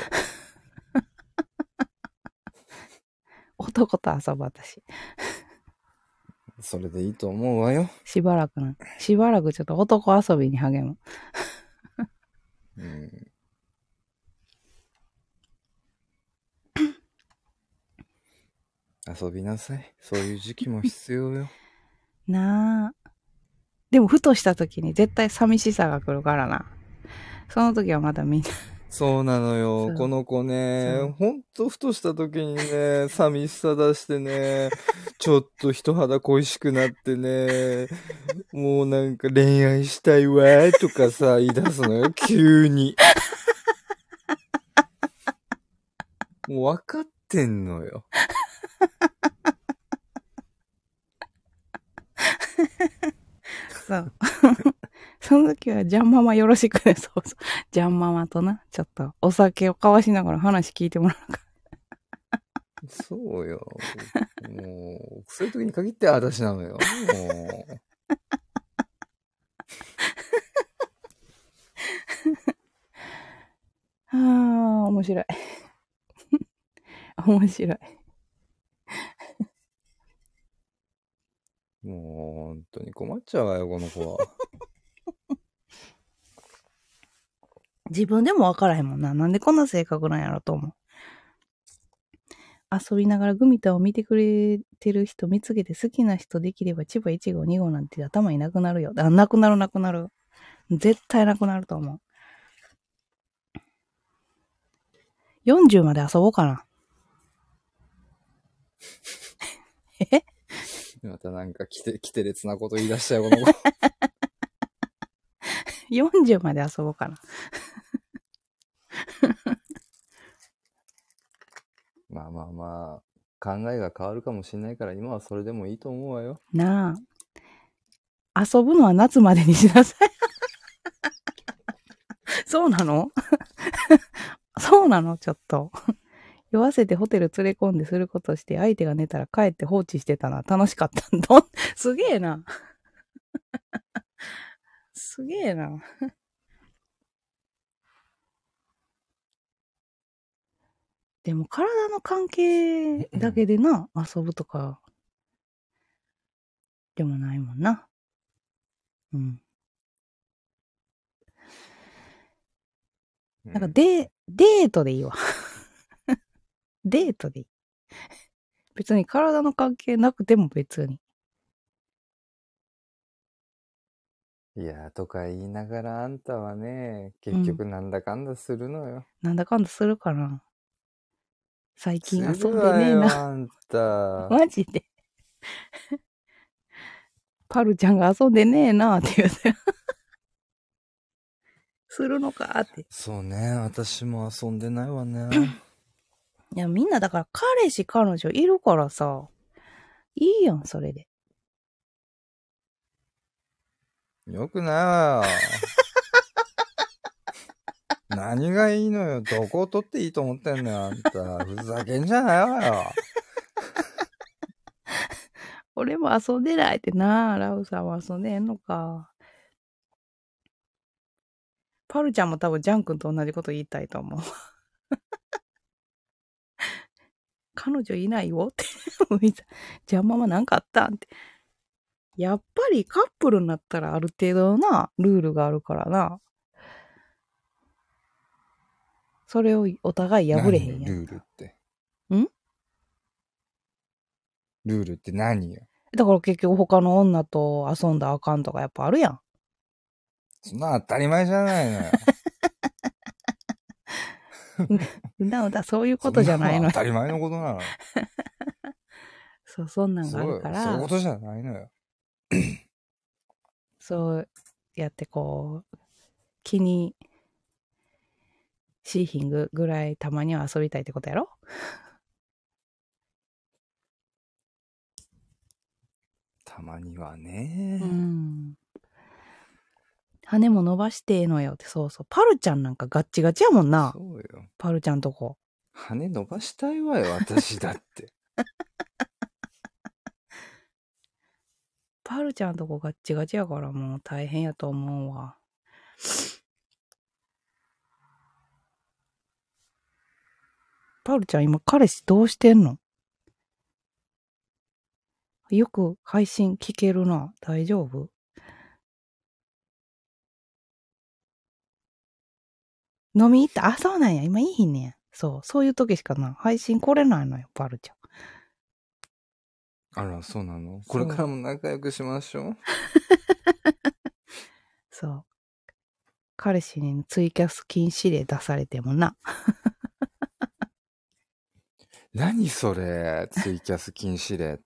男と遊ぶ私。 それでいいと思うわよ。 しばらくちょっと男遊びに励む。 遊びなさい。そういう時期も必要よ。 なあ。でもふとした時に絶対寂しさが来るからな。その時はまたみんな。 そうなのよ。この子ね、ほんとふとした時にね、寂しさ出してね、ちょっと人肌恋しくなってね、もうなんか恋愛したいわとかさ、言い出すのよ、急に。もう分かってんのよ。 そう。その時はジャンママよろしくね。そうそう。ジャンママとな、ちょっとお酒を交わしながら話聞いてもらうから。 そうよ。もう、そういう時に限って私なのよ。もう。 面白い。面白い。 もう、本当に困っちゃうわよ、この子は。 自分でも分からへんもんな。なんでこんな性格なんやろと思う。遊びながらグミタを見てくれてる人見つけて好きな人できれば千葉1号2号なんて頭になくなるよ。なくなる。絶対なくなると思う。40まで遊ぼうかな。 またなんかきてれつなこと言い出したよ、この子。 40まで遊ぼうかな。 まあ、考えが変わるかもしれないから、今はそれでもいいと思うわよ。 なあ。遊ぶのは夏までにしなさい。そうなのそうなのちょっと。酔わせてホテル連れ込んですることして、相手が寝たら帰って放置してたな。楽しかった。すげえな。すげえな。でも体の関係だけでな、遊ぶとか、でもないもんな。うん。なんかデートでいいわ。デートでいい。別に体の関係なくても別に。 いや、とか言いながらあんたはね、結局なんだかんだするのよ。 なんだかんだするかな。最近遊するんでわよ、 ねえな。 あんた。 マジで。パルちゃんが遊んでねえなって言うて。するのかって。 そうね、私も遊んでないわね。 いや、みんなだから彼氏彼女いるからさ、いいやん、それで。 よくないわよ。何がいいのよ。どこを取っていいと思ってんのよ、あんた。ふざけんじゃないわよ。 俺も遊んでないってな、ラウさんは遊んでんのか。パルちゃんも多分ジャン君と同じこと言いたいと思う。彼女いないよって。じゃあママなんかあったんって。やっぱりカップルになったらある程度なルールがあるからな。 それをお互い破れへんやん。 何よルールって。 んルールって何よ。 だから結局他の女と遊んだらあかんとかやっぱあるやん。 そんな当たり前じゃないのよ。 そういうことじゃないのよ。 そんなの当たり前のことなのよ。 そう、そんなんがあるかそういうこら、 とじゃないのよ。 そうやって気にシーヒングぐらいたまには遊びたいってことやろ？ たまにはね。 羽も伸ばしてえのよって、そうそう。パルちゃんなんかガッチガチやもんな。 そうよ。 パルちゃんとこ。 羽伸ばしたいわよ、私だって。 パルちゃんとこガッチガチやからもう大変やと思うわ。パルちゃん今彼氏どうしてんの？よく配信聞けるな。大丈夫？飲み行った？あ、そうなんや。今いい日ねん。そう。そういう時しかな。配信来れないのよ、パルちゃん。 あら、そうなの？これからも仲良くしましょう。 そう。彼氏にツイキャス禁止令出されてもな。 何それ、ツイキャス禁止令って。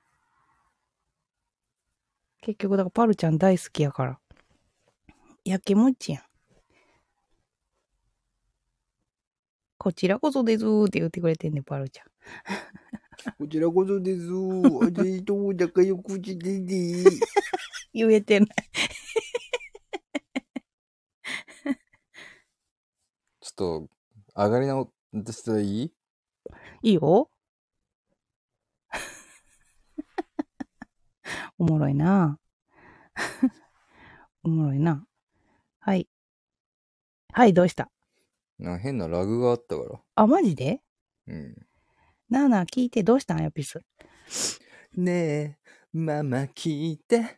結局、だからパルちゃん大好きやから。やきもちやん。こちらこそですって言ってくれてんね、パルちゃん。 こちらこそです。私と仲良くしてね。 言えてない。 ちょっと、上がり直したらいい？ いいよ。おもろいな。おもろいな。はい。はい、どうした？ なんか変なラグがあったから。 あ、マジで？ うん。 なあなあ聞いて、どうしたん？ヤピス。 ねえ、ママ聞いて。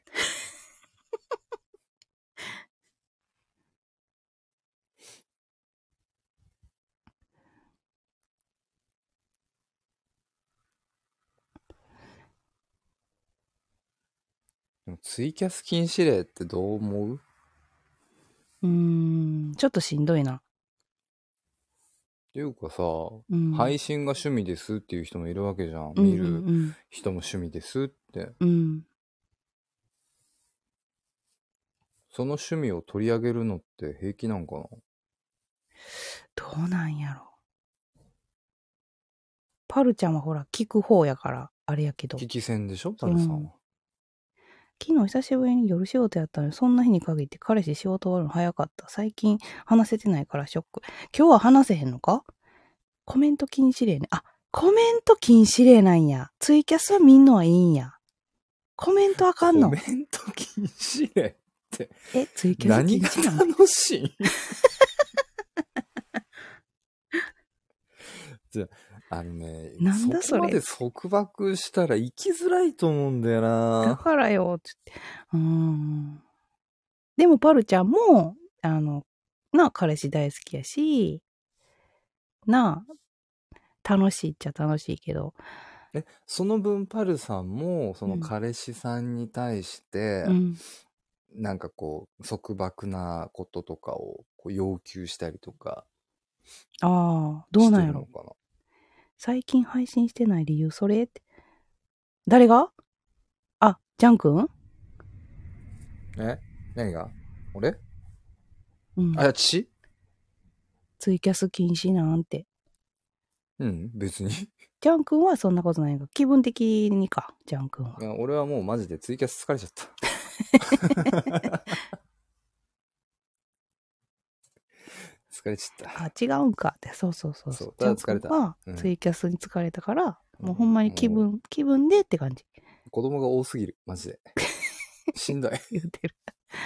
でもツイキャス禁止令ってどう思う？ ちょっとしんどいな。 っていうかさ、配信が趣味ですっていう人もいるわけじゃん。見る人も趣味ですって。その趣味を取り上げるのって平気なんかな？ どうなんやろ。パルちゃんはほら、聞く方やから、あれやけど。 聞き戦でしょ、パルさんは。 昨日久しぶりに夜仕事やったのに、そんな日に限って彼氏仕事終わるの早かった。最近話せてないからショック。今日は話せへんのか？コメント禁止令ね。あ、コメント禁止令なんや。ツイキャスは見んのはいいんや。コメントあかんの？ コメント禁止令って。 ツイキャス禁止なの？ 何が楽しい？じゃなんだそれ。 そこまで束縛したら生きづらいと思うんだよな。 だからよ、つって。でもパルちゃんも、彼氏大好きやし、楽しいっちゃ楽しいけど。 その分パルさんも、その彼氏さんに対して、なんかこう、束縛なこととかをこう要求したりとか。 ああ、どうなんやろ。最近配信してない理由、それって。誰が？あ、ジャン君？ 何が？俺？ あ、 父？ ツイキャス禁止なんて。 別に。 ジャン君はそんなことないが、気分的にか、ジャン君は。 いや、俺はもうマジでツイキャス疲れちゃった。疲れちゃった。 違うんかって。そう。 そう、ただ疲れた。 ツイキャスに疲れたから、もうほんまに気分でって感じ。 子供が多すぎる、マジで。しんどい。 言うてる。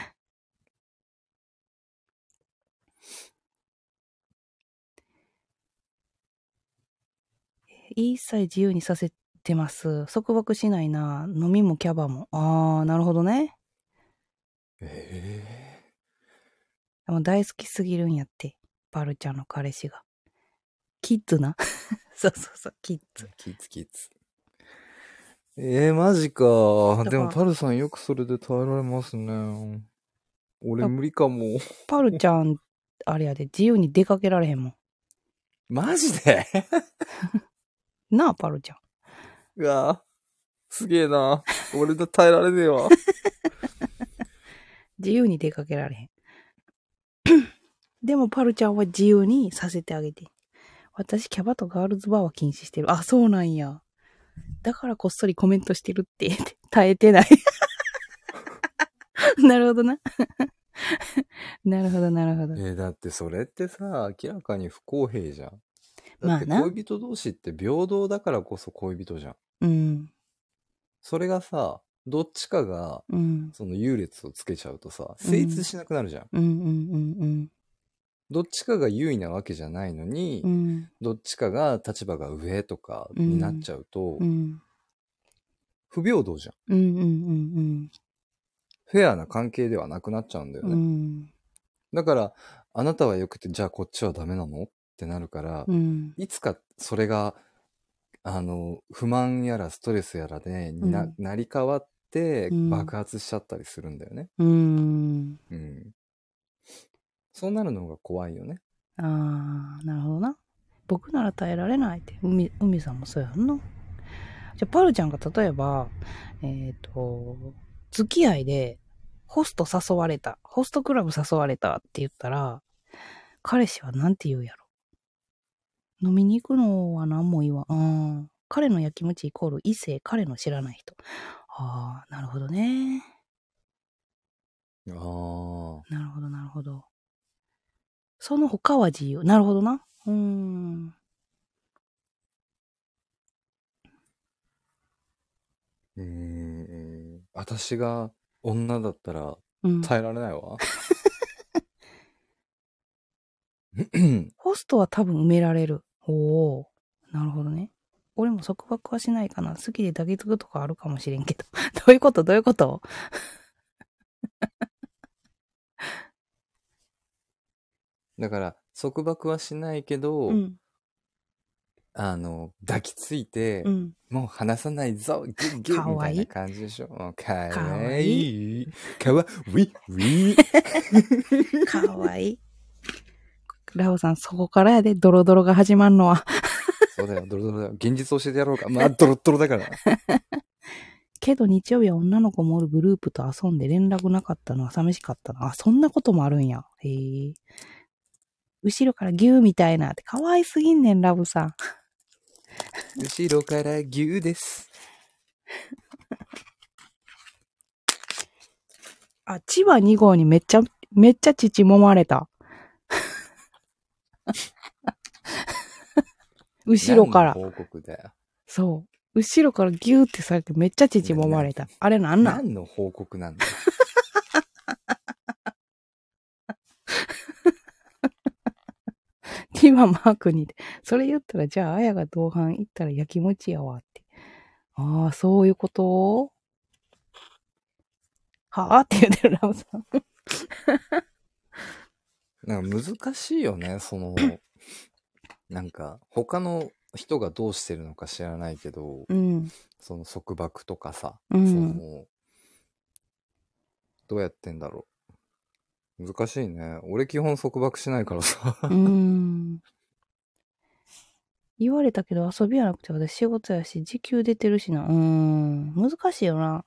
一切自由にさせてます。束縛しないな。飲みもキャバも。あー、なるほどね。でも大好きすぎるんやって。 パルちゃんの彼氏が。キッズな。そうそうそう、キッズ。 キッズキッズ。マジか。でもパルさんよくそれで耐えられますね。俺無理かも。 パルちゃん、あれやで、自由に出かけられへんもん。 マジでなあ、パルちゃん。 うわぁ。すげえな。俺と耐えられねえわ。 自由に出かけられへん。でもパルちゃんは自由にさせてあげて。私、キャバとガールズバーは禁止してる。あ、そうなんや。だからこっそりコメントしてるって耐えてない。なるほどな。なるほど、なるほど。 だってそれってさ、明らかに不公平じゃん。だってまあな。 恋人同士って平等だからこそ恋人じゃん。 うん。 それがさ、どっちかが、 うん。 その優劣をつけちゃうとさ、成立しなくなるじゃん。 うんうんうんどっちかが優位なわけじゃないのに、 うん。うん。 どっちかが立場が上とかになっちゃうと、 うん不平等じゃん。 うんうんうんフェアな関係ではなくなっちゃうんだようん。 ね。 うん。 だから、あなたは良くて、じゃあこっちはダメなのってなるから、 うん。 いつかそれが、不満やらストレスやらで、なり変わって爆発しちゃったりするんだよね。 うん。 うん。そうなるのが怖いよね。 ああ、なるほどな。僕なら耐えられないって。海さんもそうやんな。じゃあ、パルちゃんが例えば、付き合いで、ホスト誘われた、ホストクラブ誘われたって言ったら、彼氏はなんて言うやろ。飲みに行くのは何も言わん。彼のやきもちイコール異性、彼の知らない人。ああ、なるほどね。 ああ。 なるほど、なるほど。その他は自由。なるほどな。 私が女だったら耐えられないわ。 ホストは多分埋められる。おお、なるほどね。俺も束縛はしないかな。好きで抱きつくとかあるかもしれんけど。どういうことどういうことだから、束縛はしないけど、 うん。 抱きついて、 うん。 もう離さないぞ、ギュッギュッみたいな感じでしょ。かわいい。かわいい。 かわいい。ラオさん、そこからやで、ドロドロが始まんのは。 そうだよ、ドロドロだよ。現実教えてやろうか。まあ、ドロッドロだから。 けど日曜日は女の子もおるグループと遊んで連絡なかったのは寂しかったな。あ、そんなこともあるんや。へえ。後ろからギューみたいなって、かわいすぎんねん、ラブさん。 後ろから牛です。 あ、千葉2号にめっちゃ乳揉まれた。後ろから。 何の報告だよ。 そう。後ろからギューってされてめっちゃ乳揉まれた。あれなんなん？ 何の報告なんだよ。 ティママークに。それ言ったら、じゃあ、あやが同伴行ったらやきもちやわって。ああ、そういうことはぁって言ってるラブさん。 なんか難しいよね、なんか、他の人がどうしてるのか知らないけど、 うん。 その束縛とかさ、 うん。 どうやってんだろう。難しいね。俺基本束縛しないからさ。 言われたけど遊びはなくて私仕事やし、時給出てるしな。難しいよな。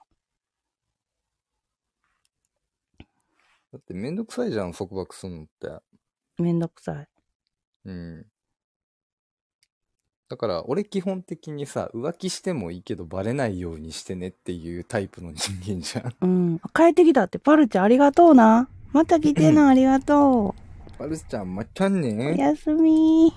だってめんどくさいじゃん、束縛すんのって。 めんどくさい。 うん。だから俺基本的にさ、浮気してもいいけどバレないようにしてねっていうタイプの人間じゃん。 うん。帰ってきたって、パルちゃんありがとうな。また来てな、ありがとパルスちゃんまたう。おね。 やすみ。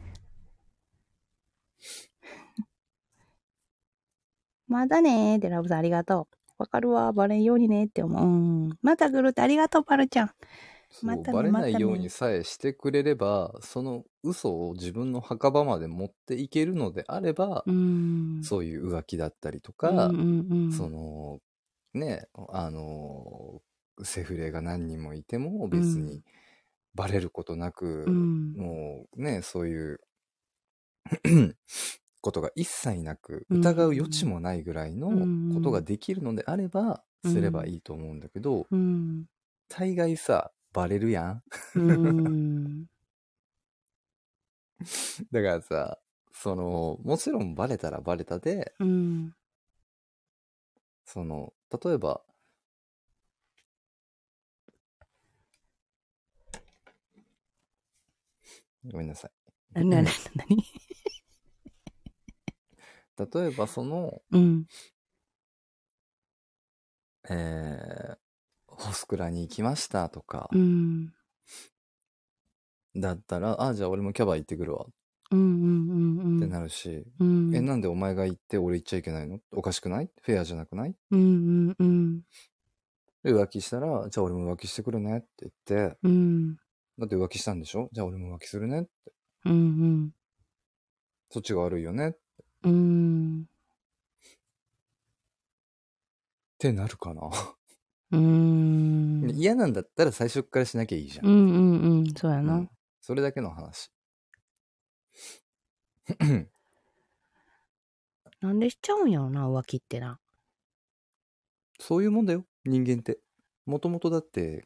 まだねーってラブさんありがとう。わかるわ。バレんようにねって思う。また来るってありがとう、パルちゃん。 そう、 またね、 バレまたないようにね。 さえしてくれれば、その嘘を自分の墓場まで持っていけるのであれば、そういう浮気だったりとか、その、ね、セフレが何人もいても別にバレることなく、もうね、そういうことが一切なく、疑う余地もないぐらいのことができるのであれば、すればいいと思うんだけど、大概さ、バレるやん。だからさ、もちろんバレたらバレたで、例えば、ごめんなさい。 何例えばホスクラに行きましたとか、だったら、じゃあ俺もキャバ行ってくるわ。ってなるし、なんでお前が行って俺行っちゃいけないの？おかしくない？フェアじゃなくない？で、浮気したら、じゃあ俺も浮気してくるねって言って、だって浮気したんでしょ？じゃあ俺も浮気するねって。そっちが悪いよねってなるかな。嫌なんだったら最初からしなきゃいいじゃん。 そうやな。 それだけの話。 なんでしちゃうんやろな、浮気ってな。 そういうもんだよ、人間って。もともとだって、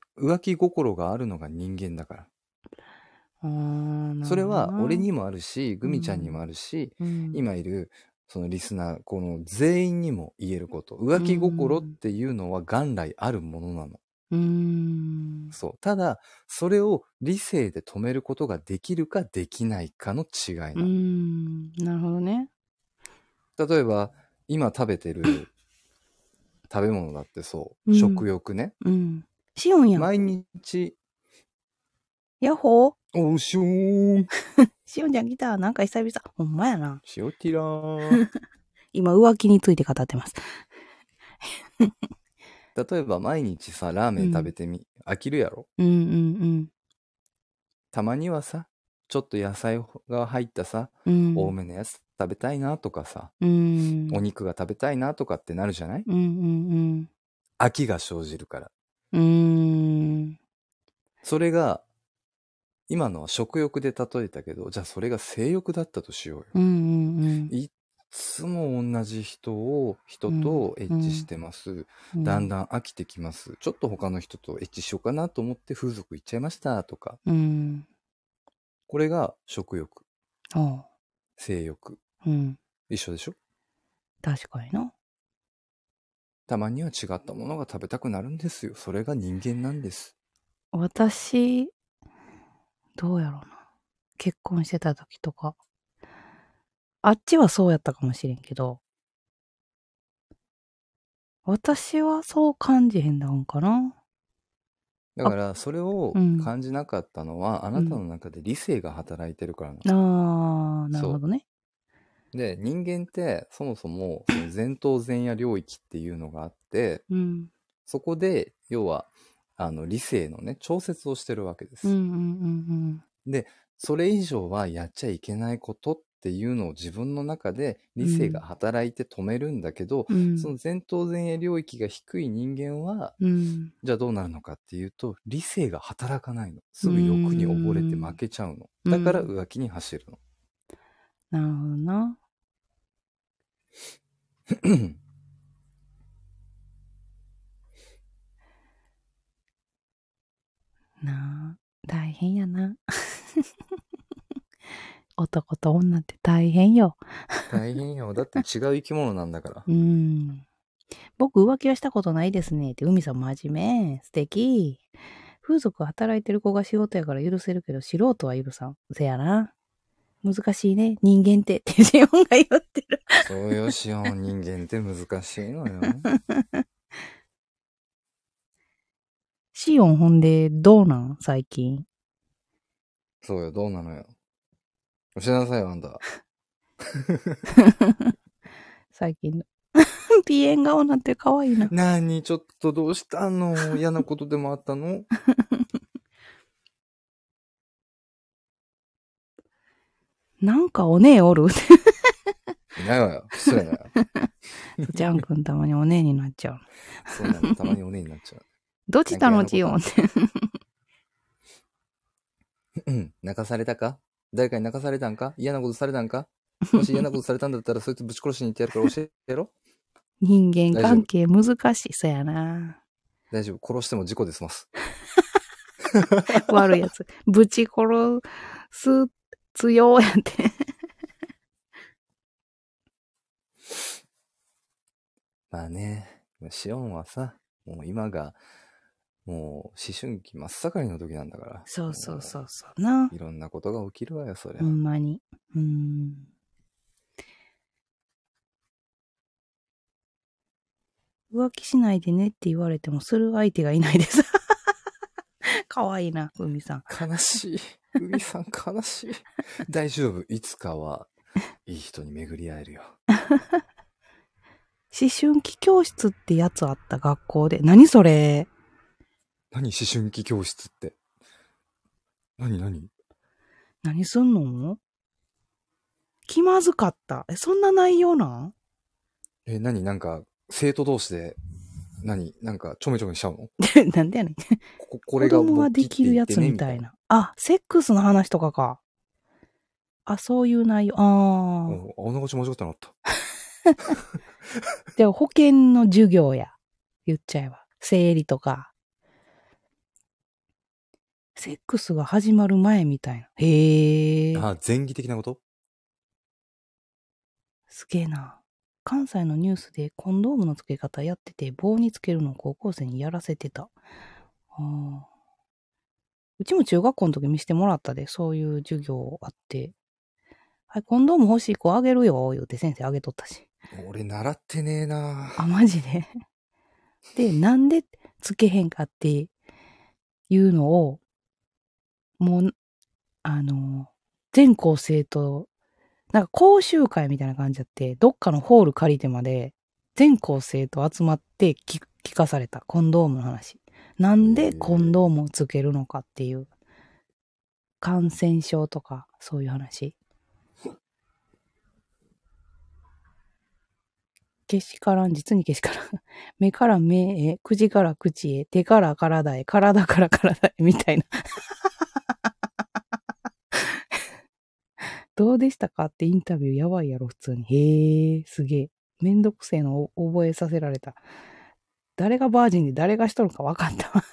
浮気心があるのが人間だから。それは俺にもあるし、グミちゃんにもあるし、今いるそのリスナー、この全員にも言えること。浮気心っていうのは元来あるものなの。そう。ただ、それを理性で止めることができるかできないかの違いなの。 なるほどね。 例えば、今食べてる食べ物だってそう。食欲ね。 しおんやん。 毎日。 ヤッホー。 おうしおーん。 しおんちゃん来た。なんか久々。ほんまやな。 しおティラー。 今浮気について語ってます。 例えば毎日さ、ラーメン食べてみ、飽きるやろ？たまにはさ、ちょっと野菜が入ったさ、多めのやつ食べたいなとかさ、お肉が食べたいなとかってなるじゃない？飽きが生じるから。それが、今のは食欲で例えたけど、じゃあそれが性欲だったとしようよ。いつも同じ人とエッチしてます。だんだん飽きてきます。ちょっと他の人とエッチしようかなと思って風俗行っちゃいましたとか。これが食欲。性欲。一緒でしょ？ 確かにな。 たまには違ったものが食べたくなるんですよ。それが人間なんです。 私、どうやろうな。結婚してた時とか。あっちはそうやったかもしれんけど、私はそう感じへんだんかな。 だからそれを感じなかったのは、あなたの中で理性が働いてるからなの。なるほどね。 で、人間ってそもそもその前頭前野領域っていうのがあって、そこで要は理性のね調節をしてるわけです。で、それ以上はやっちゃいけないことっていうのを自分の中で理性が働いて止めるんだけど、その前頭前野領域が低い人間は、じゃあどうなるのかっていうと、理性が働かないの。すぐ欲に溺れて負けちゃうの。だから浮気に走るの。 なるほどな。なあ、大変やな。男と女って大変よ。 大変よ。だって違う生き物なんだから。 僕浮気はしたことないですねって、海さん真面目。素敵。風俗働いてる子が仕事やから許せるけど、素人は許さん。せやな。難しいね。人間ってってシオンが言ってる。 そうよ、シオン。人間って難しいのよ。 シオンほんで、どうなん最近。 そうよ、どうなのよ。教えなさいよ、あんた。 最近の。鼻炎顔なんて可愛いな。 なに、ちょっとどうしたの？嫌なことでもあったの？ なんかお姉おるいないわよ。失礼だよ。 ジャン君たまにお姉になっちゃう。 そうなの、たまにお姉になっちゃう。 どっちたのジオンって。 泣かされたか？誰かに泣かされたんか？嫌なことされたんか？もし嫌なことされたんだったら、そいつぶち殺しに行ってやるから教えろ。 人間大丈夫。 関係難しい。そうやな。 大丈夫。殺しても事故で済ます。 悪いやつ。ぶち殺す強やって。 まあね、シオンはさ、もう今が、もう思春期真っ盛りの時なんだから。 そうそうそうそうな。 いろんなことが起きるわよ、そりゃ。 ほんまに。浮気しないでねって言われてもする相手がいないです。かわいいな、海さん。 悲しい。海さん悲しい。大丈夫。いつかはいい人に巡り会えるよ。 思春期教室ってやつあった学校で。何それ？ 何思春期教室って。何すんの？気まずかった。そんな内容なん？ なんか、生徒同士で、なんか、ちょめちょめしちゃうの？ なんでやねん。 これが子供が勃起ってできるや言ってね、みたいな。 つみたいな。あ、セックスの話とかか。あ、そういう内容。ああ。 あながち間違ってなかった。 でも保険の授業や。言っちゃえば。生理とか。セックスが始まる前みたいな。へえ。 前儀的なこと？ すげえな。関西のニュースでコンドームの付け方やってて、棒につけるのを高校生にやらせてた。うちも中学校の時見せてもらったで、そういう授業あって。はい、コンドーム欲しい子あげるよ、言うて先生あげとったし。 俺習ってねえな。 あ、マジで。で、なんでつけへんかっていうのを、もう、全校生徒、なんか講習会みたいな感じやって、どっかのホール借りてまで、全校生徒集まって聞かされた。コンドームの話。なんでコンドームをつけるのかっていう。感染症とか、そういう話。けしからん、実にけしからん。目から目へ、口から口へ、手から体へ、体から体へ、みたいな。どうでしたかってインタビューやばいやろ、普通に。へえ、すげえ。めんどくせえのを覚えさせられた。誰がバージンで誰がしとるか分かったわ。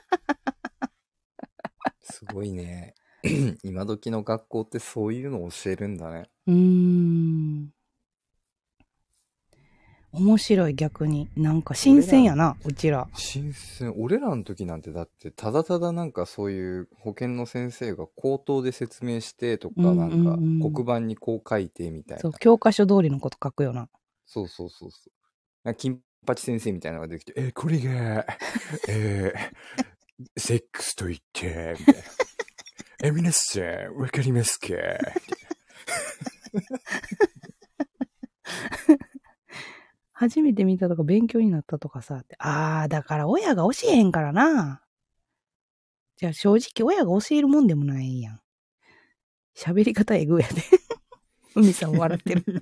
すごいね。今時の学校ってそういうの教えるんだね。 面白い逆に。なんか新鮮やな、うちら。 新鮮。俺らの時なんてだってただただなんかそういう保健の先生が口頭で説明してとか、なんか黒板にこう書いてみたいそう、 な。 教科書通りのこと書くよな。 そうそうそうそう。なんか金八先生みたいなのが出てきて、これが、セックスと言って、みたいな。皆さん、わかりますか？みたいな。 初めて見たとか勉強になったとかさ。だから親が教えへんからな。じゃあ正直親が教えるもんでもないやん。喋り方えぐやで。海さん笑ってる。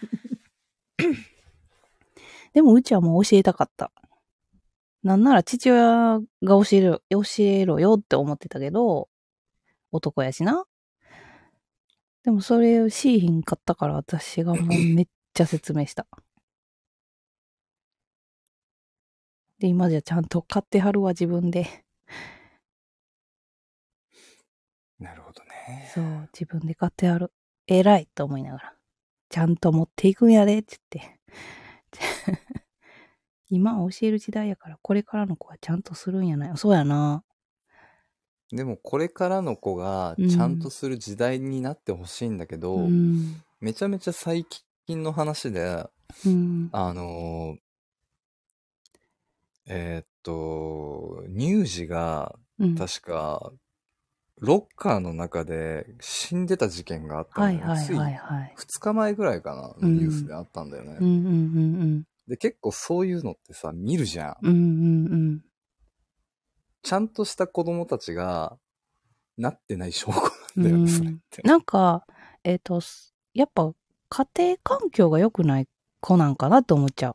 でもうちはもう教えたかった。なんなら父親が教えろよって思ってたけど、男やしな。でもそれをしーひんかったから私がもうめっちゃ説明した。で、今じゃちゃんと買ってはるわ、自分で。 なるほどね。 そう、自分で買ってはる。偉いと思いながら。ちゃんと持っていくんやで、って言って。今は教える時代やから、これからの子はちゃんとするんやない。そうやな。 でもこれからの子がちゃんとする時代になってほしいんだけど、めちゃめちゃ最近の話で、乳児が確かロッカーの中で死んでた事件があったのよ。つい2日前ぐらいかなのニュースであったんだよね。で、結構そういうのってさ、見るじゃん。ちゃんとした子供たちがなってない証拠なんだよね、それって。 なんか、やっぱ家庭環境が良くない子なんかなって思っちゃう。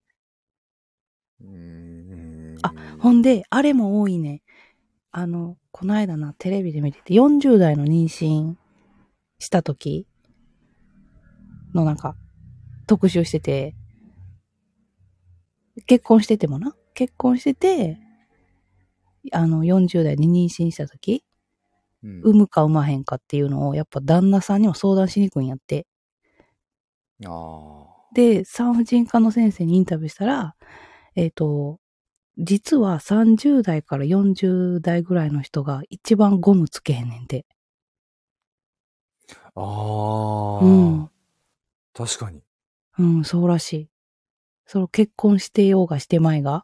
ほんで、あれも多いね。 この間な、テレビで見てて、40代の妊娠した時のなんか、特集してて、結婚しててもな、結婚してて、40代に妊娠した時、産むか産まへんかっていうのを、やっぱ旦那さんにも相談しにくいんやって。で、産婦人科の先生にインタビューしたら、実は30代から40代ぐらいの人が一番ゴムつけへんねんて。うん。 確かに。 うん、そうらしい。その結婚してようがしてまいが、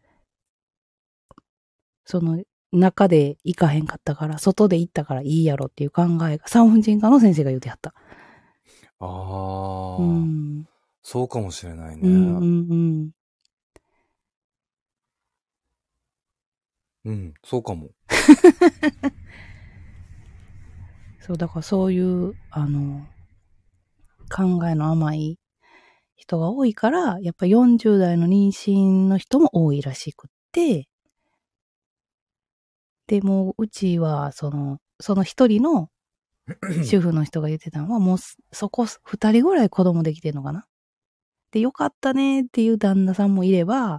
その中で行かへんかったから、外で行ったからいいやろっていう考えが、産婦人科の先生が言うてはった。うん。 そうかもしれないね。 うんうんうん、そうかも。 そう、だからそういう、考えの甘い人が多いから、やっぱ40代の妊娠の人も多いらしくって、でもうちは、その一人の主婦の人が言ってたのは、もうそこ二人ぐらい子供できてんのかな。で、よかったねっていう旦那さんもいれば、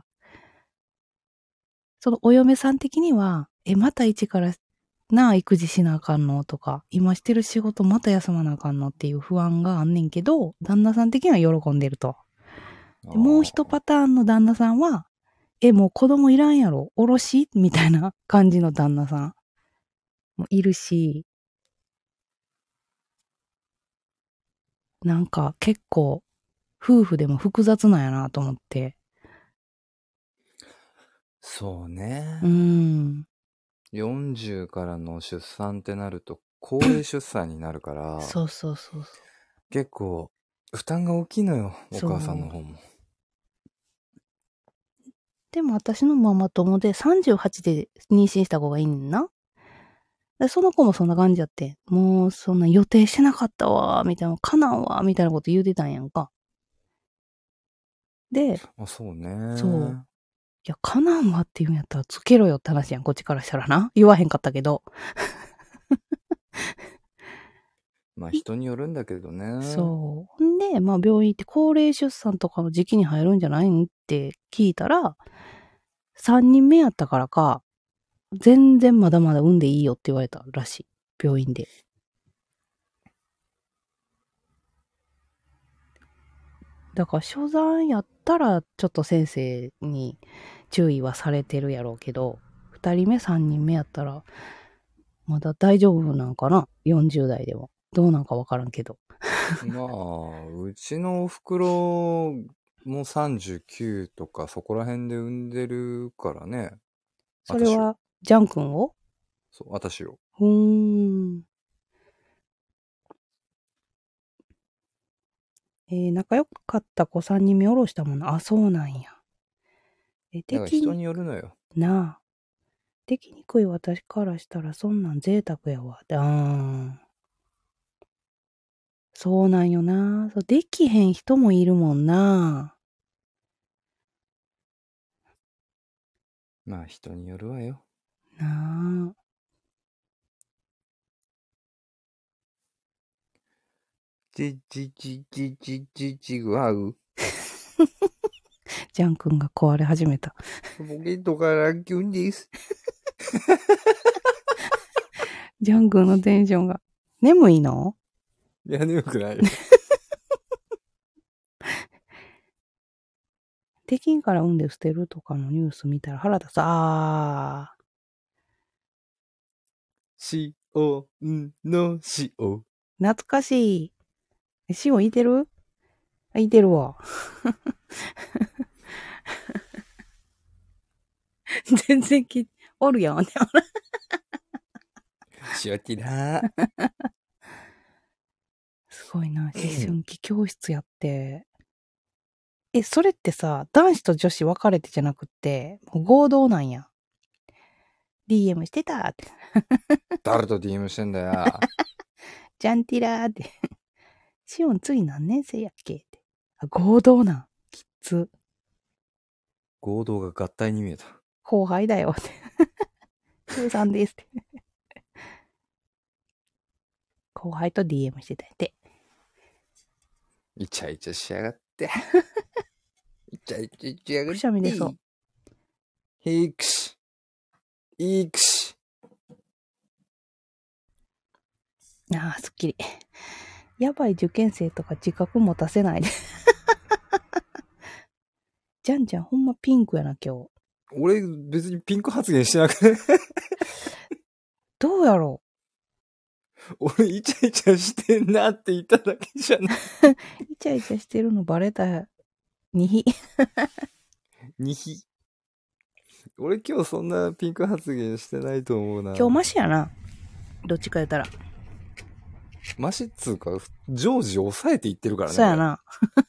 そのお嫁さん的には、また一からなあ、育児しなあかんのとか、今してる仕事また休まなあかんのっていう不安があんねんけど、旦那さん的には喜んでると。でもう一パターンの旦那さんは、もう子供いらんやろおろしみたいな感じの旦那さんもいるし、なんか結構、夫婦でも複雑なんやなと思って。 そうね。40からの出産ってなると、高齢出産になるから、 そうそうそうそう。 結構、負担が大きいのよ、お母さんの方も。 でも私のママ友で38で妊娠した子がいいねんな。で、その子もそんな感じやって。もうそんな予定してなかったわ、みたいな、かなんわ、みたいなこと言うてたんやんか。で、 そうね。 そう。いや、かなんわって言うんやったらつけろよって話やん、こっちからしたらな。言わへんかったけど。 まあ人によるんだけどね。 そう。んで、まあ病院行って高齢出産とかの時期に入るんじゃないんって聞いたら、3人目やったからか、全然まだまだ産んでいいよって言われたらしい。病院で。だから初産やったらちょっと先生に注意はされてるやろうけど、2人目3人目やったらまだ大丈夫なんかな ?40 代でも。どうなんかわからんけど。 まあ、うちのお袋も39とかそこら辺で産んでるからね。 それは、ジャン君を？ そう、私を。 仲良かった子3人目下ろしたもんな。あ、そうなんや。 だから人によるのよ。 なあ。できにくい私からしたらそんなん贅沢やわ。そうなんよな。そうできへん人もいるもんな。 まあ人によるわよ。 なあ。 わう。 ジャン君が壊れ始めた。 ポケットからキュンです。 ジャン君のテンションが。眠いの？ いや、眠くないよ。 できんから産んで捨てるとかのニュース見たら腹立つ。 塩の塩。 懐かしい。塩いてる？いてるわ。全然おるやん。 塩ティラー。 すごいな。思春期教室やって。それってさ、男子と女子分かれてじゃなくって、もう合同なんや。DM してたって。 誰と DM してんだよ。 ジャンティラーって。シオン次何年生やっけって。合同なん。きつ。 合同が合体に見えた。 後輩だよって。中3ですって。 後輩と DM してたんやて。 イチャイチャしやがって。イチャイチャしやがって。 くしゃみ出そう。 いくし。いくし。 ああ、すっきり。やばい受験生とか自覚持たせないで。じゃんじゃん、ほんまピンクやな、今日。 俺、別にピンク発言してなくて。 どうやろ俺、イチャイチャしてんなって言っただけじゃない。 う。イチャイチャしてるのバレた。にひ。 にひ。俺今日そんなピンク発言してないと思うな。 今日マシやな。どっちか言ったら。 マシっつうか、常時抑えていってるからね。 そうやな。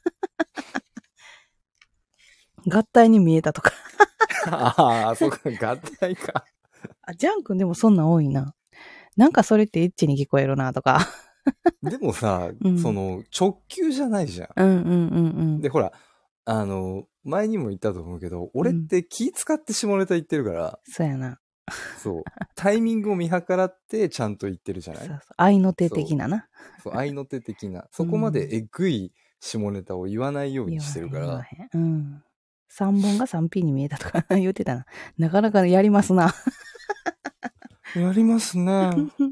合体に見えたとか。 ああ、そうか、合体か。 あ、ジャン君でもそんなん多いな。なんかそれってエッチに聞こえるなとか。 でもさ、 うんその、直球じゃないじゃん。 うんうんうんうん。 で、ほら、前にも言ったと思うけど、俺って気使って下ネタ言ってるから、 そうやな。 そう、タイミングを見計らってちゃんと言ってるじゃない。 そうそう。愛の手的なな。 そう、愛の手的な。そこまでえぐい下ネタを言わないようにしてるから。 言わへん。うん。3本が 3P に見えたとか言ってたな。なかなかやりますな。 やりますね。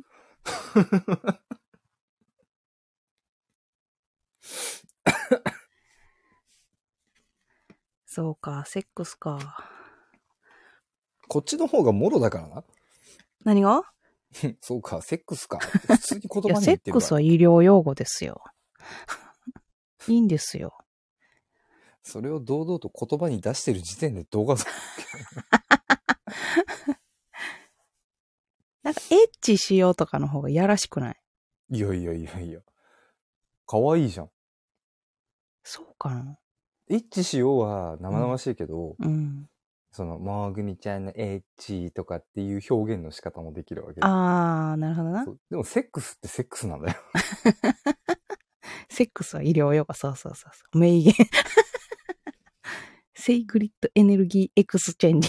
そうか、セックスか。 こっちの方がもろだからな。 何が？ そうか、セックスか。普通に言葉いや、 にセッ言ってるから。 クスは医療用語ですよ。いいんですよ。 それを堂々と言葉に出してる時点で動画だ。 なんかエッチしようとかの方がやらしくない？ いやいやいやいや。かわいいじゃん。 そうかな。 エッチしようは生々しいけど、 うん。 その、もぐみちゃんのエッチとかっていう表現の仕方もできるわけで。 あー、なるほどなそ。うでもセックスってセックスなんだよ。 セックスは医療用語。そうそうそうそう。名言。セイクリッドエネルギーエクスチェンジ。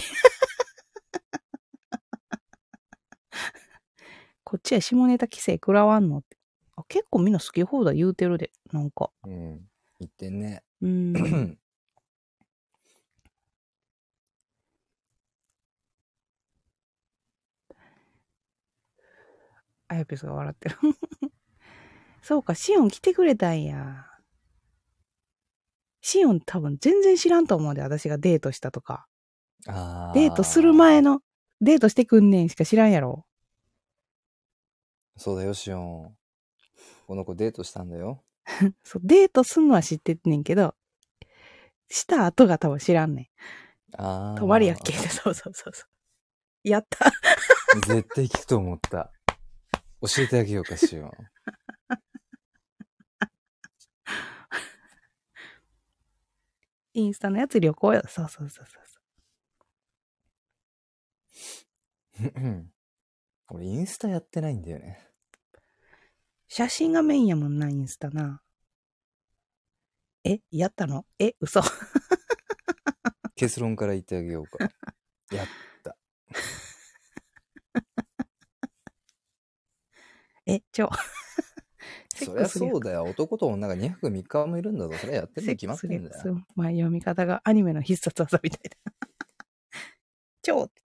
こっちは下ネタ規制食らわんのって。あ、結構みんな好き放題言うてるで。なんか。 うん。言ってんね。 あやぴすが笑ってる。そうか、シオン来てくれたんや。シオン多分全然知らんと思うで、私がデートしたとか。デートする前の、デートしてくんねんしか知らんやろ。 そうだよ、シオン。この子デートしたんだよ。 そう、デートすんのは知ってんねんけど、した後が多分知らんねん。泊まりやっけって、そうそうそうそう。やった。 絶対聞くと思った。教えてあげようか、シオン。 インスタのやつ旅行よ。そうそうそうそう。 俺インスタやってないんだよね。 写真がメインやもんな、インスタな。やったの？嘘。 結論から言ってあげようか。やった。そりゃそうだよ。男と女が2泊3日もいるんだぞ。それやってるに決まってんだよ。 まあ読み方がアニメの必殺技みたいな。超って。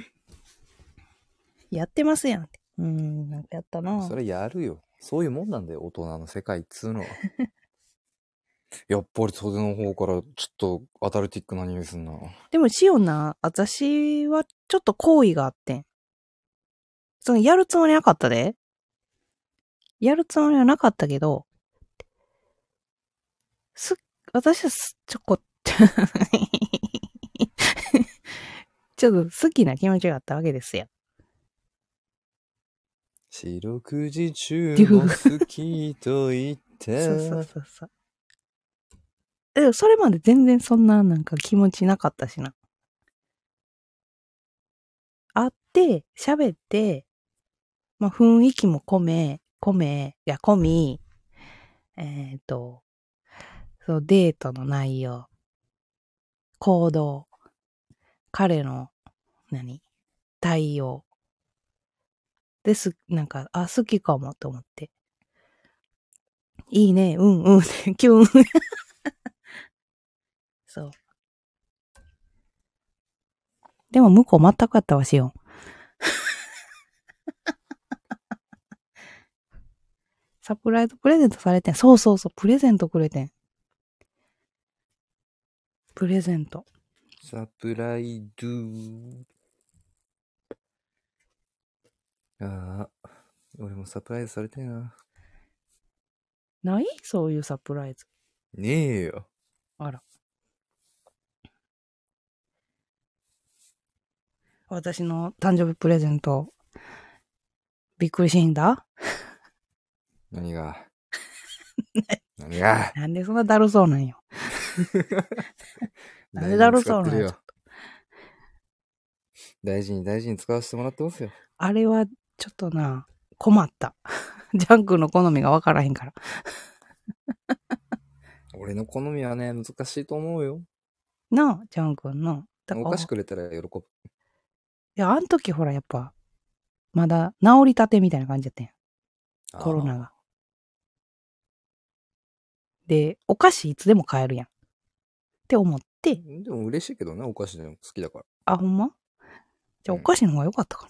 やってますやんって。なんかやったな。 それやるよ。そういうもんなんだよ。大人の世界っつうのは。やっぱり袖の方からちょっとアダルティックな匂いすんな。 でもシオンな、私はちょっと好意があってん。そのやるつもりなかったで。やるつもりはなかったけど、私はちょっと好きな気持ちがあったわけですよ。 四六時中も好きと言って。 そう。でもそれまで全然そんななんか気持ちなかったしな。会って、喋って、まあ雰囲気も込み、そうデートの内容、行動、彼の、対応。 なんか、あ、好きかもと思って。いいね、うんうん、キュン。そう。でも向こう全くやったわしよ。サプライズプレゼントされてん。そうそうそう、プレゼントくれてん。プレゼント。 サプライズ。ああ、俺もサプライズされてえな。 ないそういうサプライズ。 ねえよ。 あら。私の誕生日プレゼント、びっくりしんだ何が何がなんでそんなだるそうなんよ。なんで大事にだるそうなんよ。 使ってるよ。大事に使わせてもらってますよ。 あれは、ちょっとな、困った。ジャンクの好みがわからへんから。 俺の好みはね、難しいと思うよ。 なあ、ジャン君な。だから、いお菓子くれたら喜ぶ。 や、あの時ほら、やっぱ、まだ治りたてみたいな感じやったんや。コロナあが。で、お菓子いつでも買えるやん。って思って、 あ。でも嬉しいけどね、お菓子でも好きだから。 あ、ほんまじゃあお菓子の方が良かったか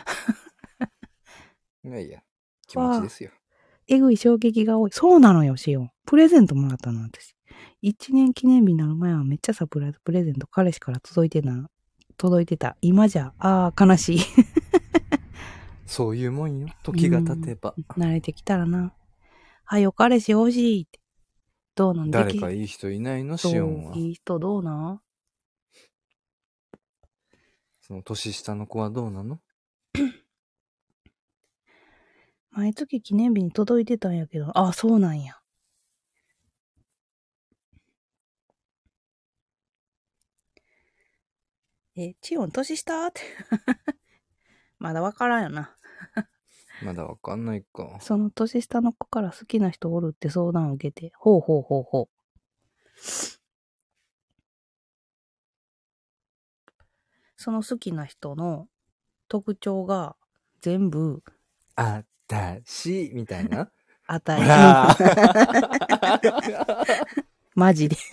いやいや、気な。わあ、 持ちですよ。 えぐい衝撃が多い。そうなのよ、しよう。プレゼントもらったの、私。一年記念日になる前はめっちゃサプライズプレゼント彼氏から届いてた。今じゃ、ああ、悲しい。 そういうもんよ、時が経てば。 慣れてきたらな。はい、お彼氏欲しいって。どうなんでき、 誰かいい人いないの、シオそう、 ンは。 いい人どうなんその年下の子はどうなの？ 毎月記念日に届いてたんやけど、あ、そうなんや。チヨン年下って。まだわからんよな。 まだわかんないか。 その年下の子から好きな人おるって相談を受けて、ほうほうほうほう。その好きな人の特徴が全部、 あたし、みたいな。ほあたし、 らマジで。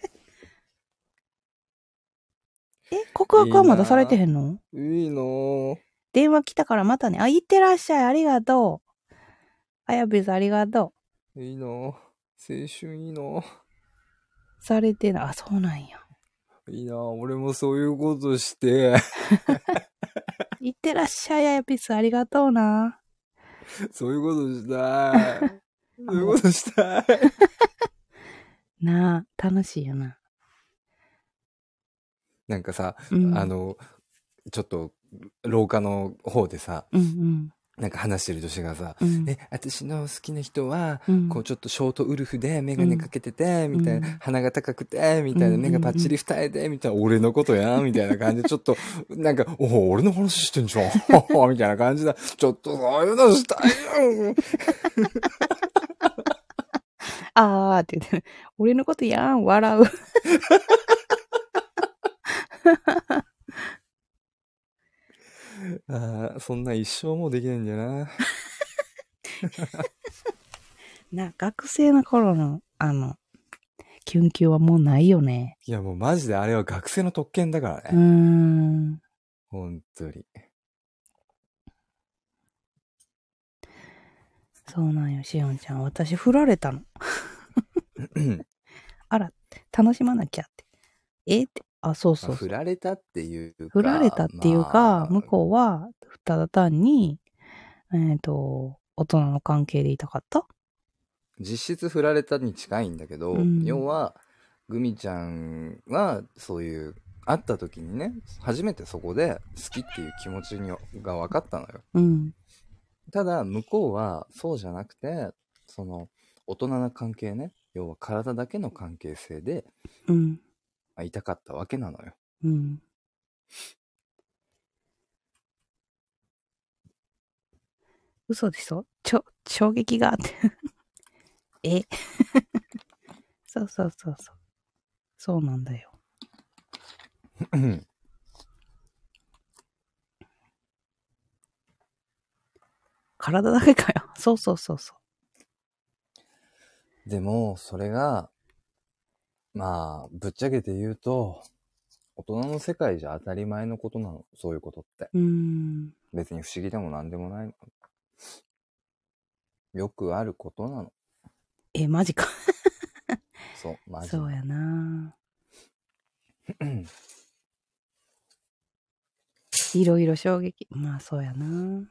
告白いいはまだされてなへんの？ いいの電話来たからまたね。あ、行ってらっしゃい。ありがとう。あやべさんありがといいの青春いいのう。されてない。あ、そうなんや。 いいな俺もそういうことして、 行ってらっしゃい。あやべさんありがとうな。 そういうことしたい。そういうもことしたい。 う、なあ、楽しいよな。 なんかさ、 うん。 ちょっと、廊下の方でさ、 うんうん。 なんか話してる女子がさ、 うん。 私の好きな人は、 うん。 こうちょっとショートウルフでメガネかうん。 けてて、みたいな、 うん。 鼻が高くて、みたいな、 うん。 目がパッチリ二重で、みたいな、俺のことやん、みたいな感じで、ちょっと、なんか、おお、俺の話してんじゃん、みたいな感じだ。ちょっとそういうのしたいよ。 あーって言って、俺のことやん、笑う。 ああ、そんな一生もできないんだよな。 学生の頃の、キュンキュンはもうないよね。 いや、もうマジであれは学生の特権だからうーね。 ん。 本当に。 そうなんよ、しおんちゃん。私、振られたの。あら、楽しまなきゃって。って。あ、そうまあ、 そうそう。 振られたっていう振られか、 たっていうか、 まあ、 向こうは、ただ単に、大人の関係でいたかった。 実質振られたに近いんだけど、 うん。 要は、グミちゃんは、そういう、会った時にね、初めてそこで好きっていう気持ちが分かったのよ。 うん。 ただ、向こうはそうじゃなくて、その、大人な関係ね、要は体だけの関係性で、 うん。 会いたかったわけなのよ。 うん。嘘でしょ衝撃があって。えそうそうそうそう。そうなんだよ。 体だけかよ。そうそうそうそでも、それが、まあ、ぶっちゃけて言うと、大人の世界じゃ当たり前のことなの。そういうことって。 う。 別に不思議でもなんでもないの。よくあることなの。 マジか。 そう、マジそうやな。いろいろ衝撃。まあそうやな。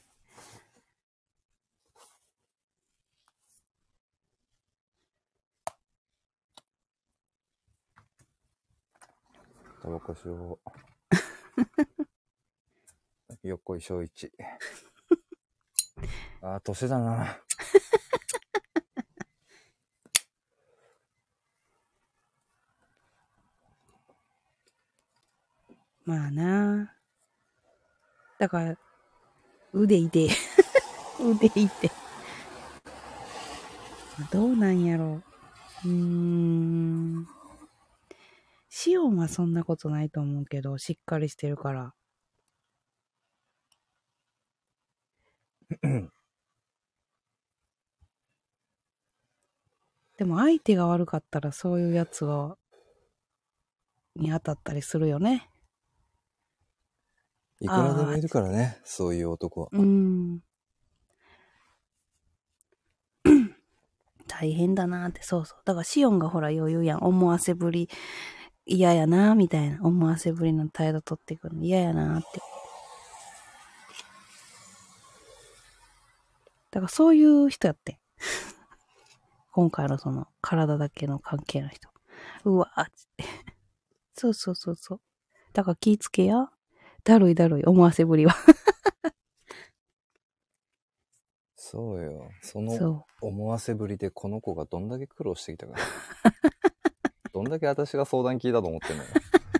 タバコしよう。よっこいしょいち。あー、年だな。 まあな。だから、腕痛い。腕痛い。どうなんやろう。シオンはそんなことないと思うけど、しっかりしてるから。でも相手が悪かったらそういうやつに当たったりするよね。 いくらでもいるからね、そういう男は。 大変だなって、そうそう。だからシオンがほら余裕やん。思わせぶり嫌やなみたいな。思わせぶりの態度取ってくるの嫌やなって。だからそういう人やって。今回のその体だけの関係の人。うわーっつって。そうそうそうそう。だから気ぃつけや。だるいだるい、思わせぶりは。 そうよ。そのそ思わせぶりでこの子がどんだけ苦労してきたか。どんだけ私が相談聞いたと思ってんのよ。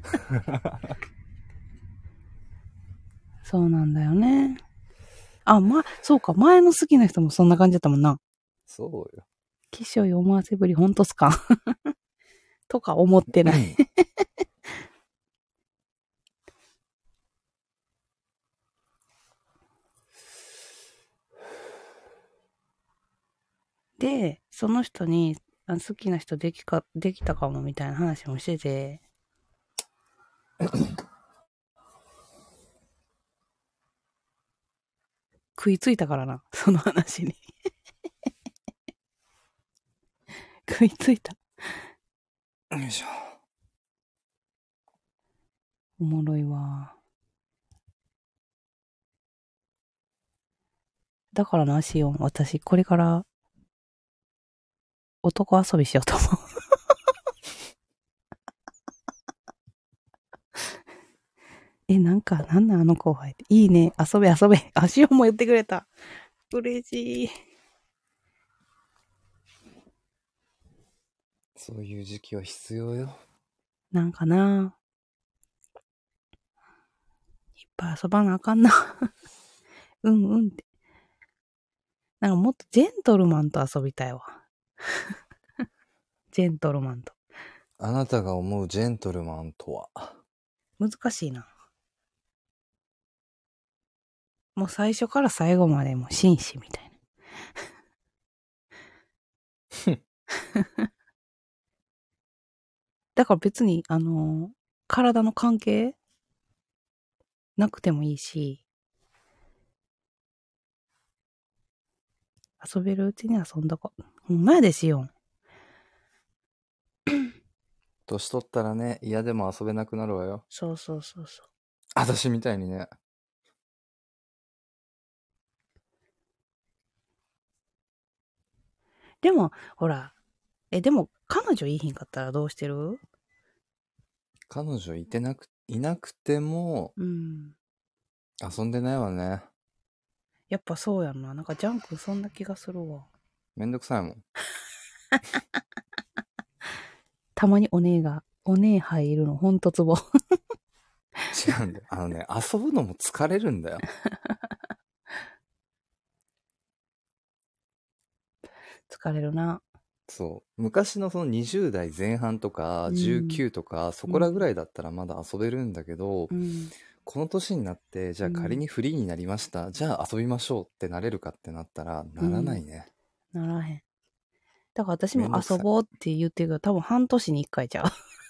そうなんだよね。そうか。前の好きな人もそんな感じだったもんな。 そうよ。 きしょい思わせぶり、ほんとっすかとか思ってない。で、その人に好きな人できたかもみたいな話もしてて、食いついたからな、その話に。食いついた。 よいしょ。 おもろいわ。だからな、シオン。私、これから男遊びしようと思う。なんなんあの後輩って。いいね。遊べ遊べ。シオンも言ってくれた。嬉しい。 そういう時期は必要よ。 なんかな。いっぱい遊ばなあかんな。うんうんって。なんかもっとジェントルマンと遊びたいわ。ジェントルマンと。 あなたが思うジェントルマンとは。 難しいな。もう最初から最後までもう紳士みたいな。だから別に、体の関係なくてもいいし、遊べるうちに遊んだか。ほんまやですよ。 年取ったらね、嫌でも遊べなくなるわよ。 そうそうそうそう。 私みたいにね。 でも、ほら、でも、彼女いいひんかったらどうしてる？ 彼女いなくてもうん。 遊んでないわね。 やっぱそうやんな。なんかジャンクそんな気がするわ。 めんどくさいもん。 たまにお姉入るのほんとツボ。 違うんだよ。遊ぶのも疲れるんだよ。 疲れるな。 そう。昔のその20代前半とかうん。 19とかそこらぐらいだったらまだ遊べるんだけど、 うん。 この年になって、じゃあ仮にフリーになりました。じゃあ遊びましょうってなれるかってなったら、ならないね。 ならへん。だから私もめんどくさい。 遊ぼうって言ってるけど、多分半年に一回ちゃう。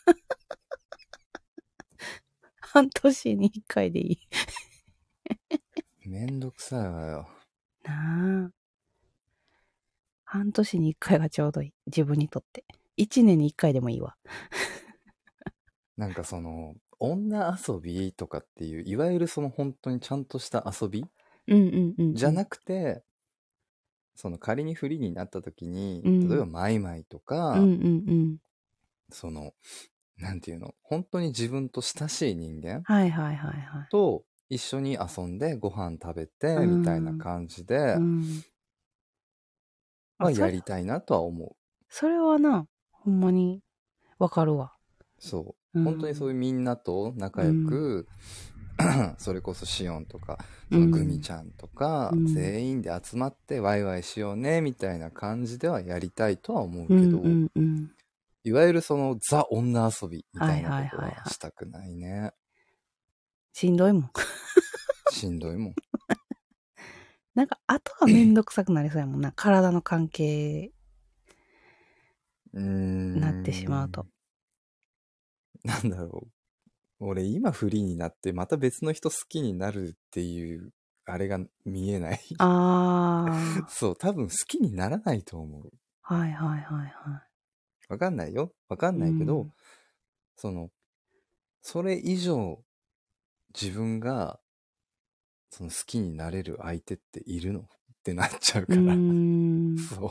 半年に一回でいい。 めんどくさいわよ。 なあ。半年に一回がちょうどいい。自分にとって。一年に一回でもいいわ。 なんかその、女遊びとかっていう、いわゆるその本当にちゃんとした遊びうんうんうん、うん。 じゃなくて、その仮にフリーになった時に、 うん、 例えばマイマイとか、 うんうんうん。 その、なんていうの、本当に自分と親しい人間はいはいはいはい。 と一緒に遊んでご飯食べうてみたいなん。 感じで、 うん。あ、 はやりたいなとは思う。 それはな、ほんまにわかるわ。 そう。 う本当にそういうん。 みんなと仲良うん。 く、それこそシオンとか、 うそのグミん。 ちゃんとか、 うん。 全員で集まってワイワイしようね、みたいな感じではやりたいとは思ううんうけど、 んうん。 いわゆるそのザ女遊びみはいたいなこはいはいはい。 とはしたくないね。 しんどいもん。 しんどいもん。 なんか、あとはめんどくさくなりそうやもんな。体の関係うーなってしまうん。 と。 なんだろう。俺今フリーになってまた別の人好きになるっていう、あれが見えない。 あそう、多分好きにならないと思う。 あ。はいはいはいはわかんないよ。わかんい。うないけど、 ん。 その、それ以上自分がその好きになれる相手っているのってなっちゃううーから。 ん。 そう。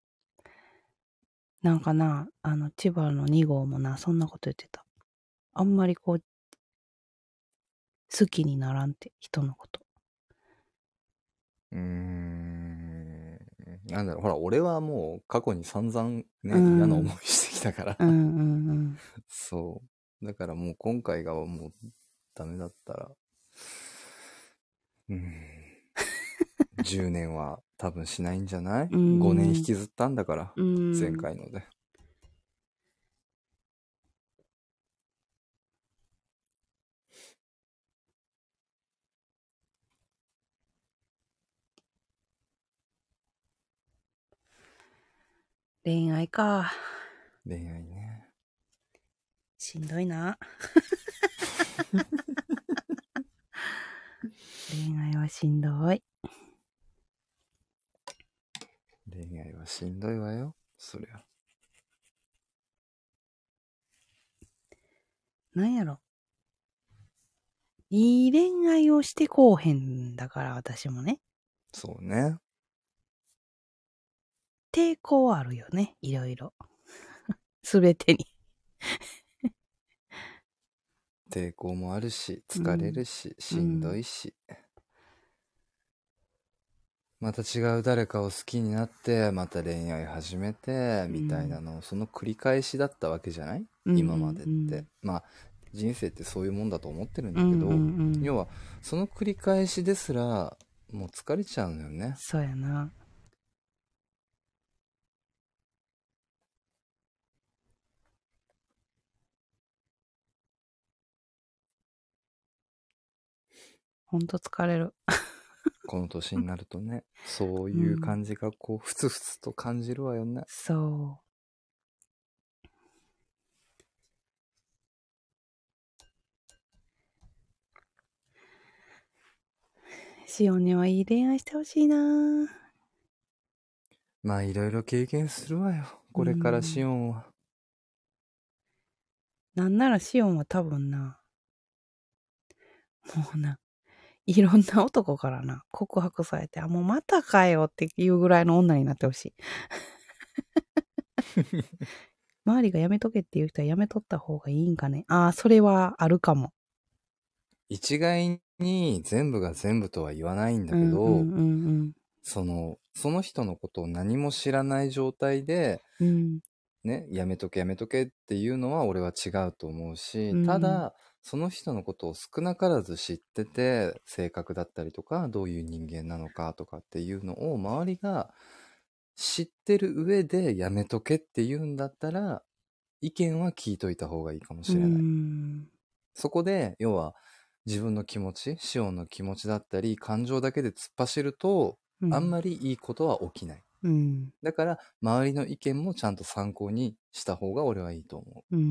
なんかな、千葉の2号もな、そんなこと言ってた。あんまりこう、好きにならんって、人のこと。 なんだろう、ほら、俺はもう過去に散々 うね、嫌な思ん。 いしてきたから。 うんうんうん。 そう。だからもう今回がもうダメだったら、うーん、10年は多分しないんじゃない？ う 5 年引ん。 きずったんだから、 うん。 前回ので。 恋愛か。 恋愛ね。 しんどいな。恋愛はしんどい。 恋愛はしんどいわよ。そりゃ。 なんやろ。いい恋愛をしてこうへんだから、私もね。 そうね。 抵抗あるよね。いろいろ。すべてに。 抵抗もあるし、疲れうん。 るし、しんどうん。 いし。また違う誰かを好きになって、また恋愛始めて、みたいなのを、その繰り返しだったわけじゃない？ うん。 今までっうん。 て。まあ、人生ってそういうもんだと思ってるんうん。うん。 だけど、 うん。 要は、その繰り返しですら、もう疲れちゃうのよね。 そうやな。ほんと疲れる。 この年になるとね、そういううん。 感じがこう、ふつふつと感じるわよね。 そう。シオンにはいい恋愛してほしいな。 まあ、いろいろ経験するわよ。 うこれからシん。 オンは。 なんならシオンは多分な、もうな、いろんな男からな、告白されて、あ、もうまたかよっていうぐらいの女になってほしい。周りがやめとけっていう人はやめとった方がいいんかね。ああ、それはあるかも。 一概に全部が全部とは言わないんだうんうんけど、 うんその人のことを何も知らない状態で、 うん。うん。 ね、やめとけやめとけっていうのは俺は違うと思うし、 うん。 ただ、その人のことを少なからず知ってて、性格だったりとか、どういう人間なのかとかっていうのを周りが知ってる上でやめとけって言うんだったら、意見は聞いといた方がいいかもうしれない。 ん。 そこで、要は、 自分の気持ち、シオンの気持ちだったり、感情だけで突っ走ると、あんまりいいことは起きない。 うん。 だから、周りの意見もちゃんと参考にした方が俺はいいと思うん。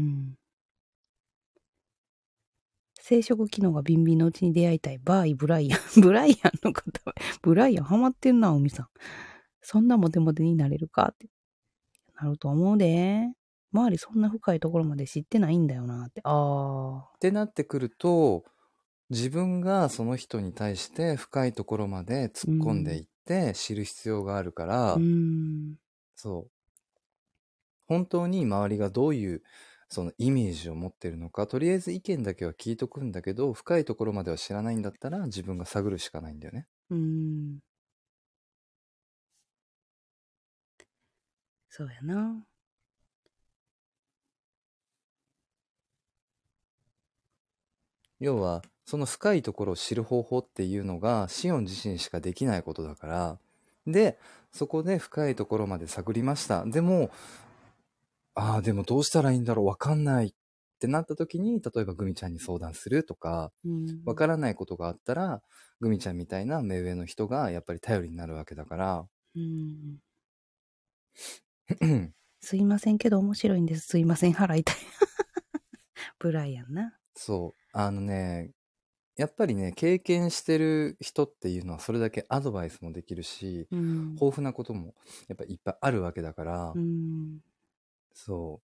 生殖機能がビンビンのうちに出会いたい。バーイ、ブライアン。ブライアンの方、ブライアンハマってんな、おみさん。そんなモテモテになれるかってなると思うで。周りそんな深いところまで知ってないんだよなって。ああ。 ってなってくると、自分がその人に対して深いところまで突っ込んでいって知る必要があるかうら、 ん。 そう。本当に周りがどういうそのイメージを持ってるのか、とりあえず意見だけは聞いとくんだけど、深いところまでは知らないんだったら自分が探るしかないんだよね。 うん。そうやな。 要は、その深いところを知る方法っていうのが、シオン自身しかできないことだから、で、そこで深いところまで探りました。でも、でもどうしたらいいんだろう、わかんないってなった時に、例えばグミちゃんに相談するとか、わからないことがあったら、グミちゃんみたいな目上の人がやっぱり頼りになるわけだから、 うん。すいませんけど面白いんです。すいません、払いたい。ブライアンな。 そう、やっぱりね、経験してる人っていうのはそれだけアドバイスもできるし、 うん。 豊富なこともやっぱいっぱいあるわけだから、 うん。 そう、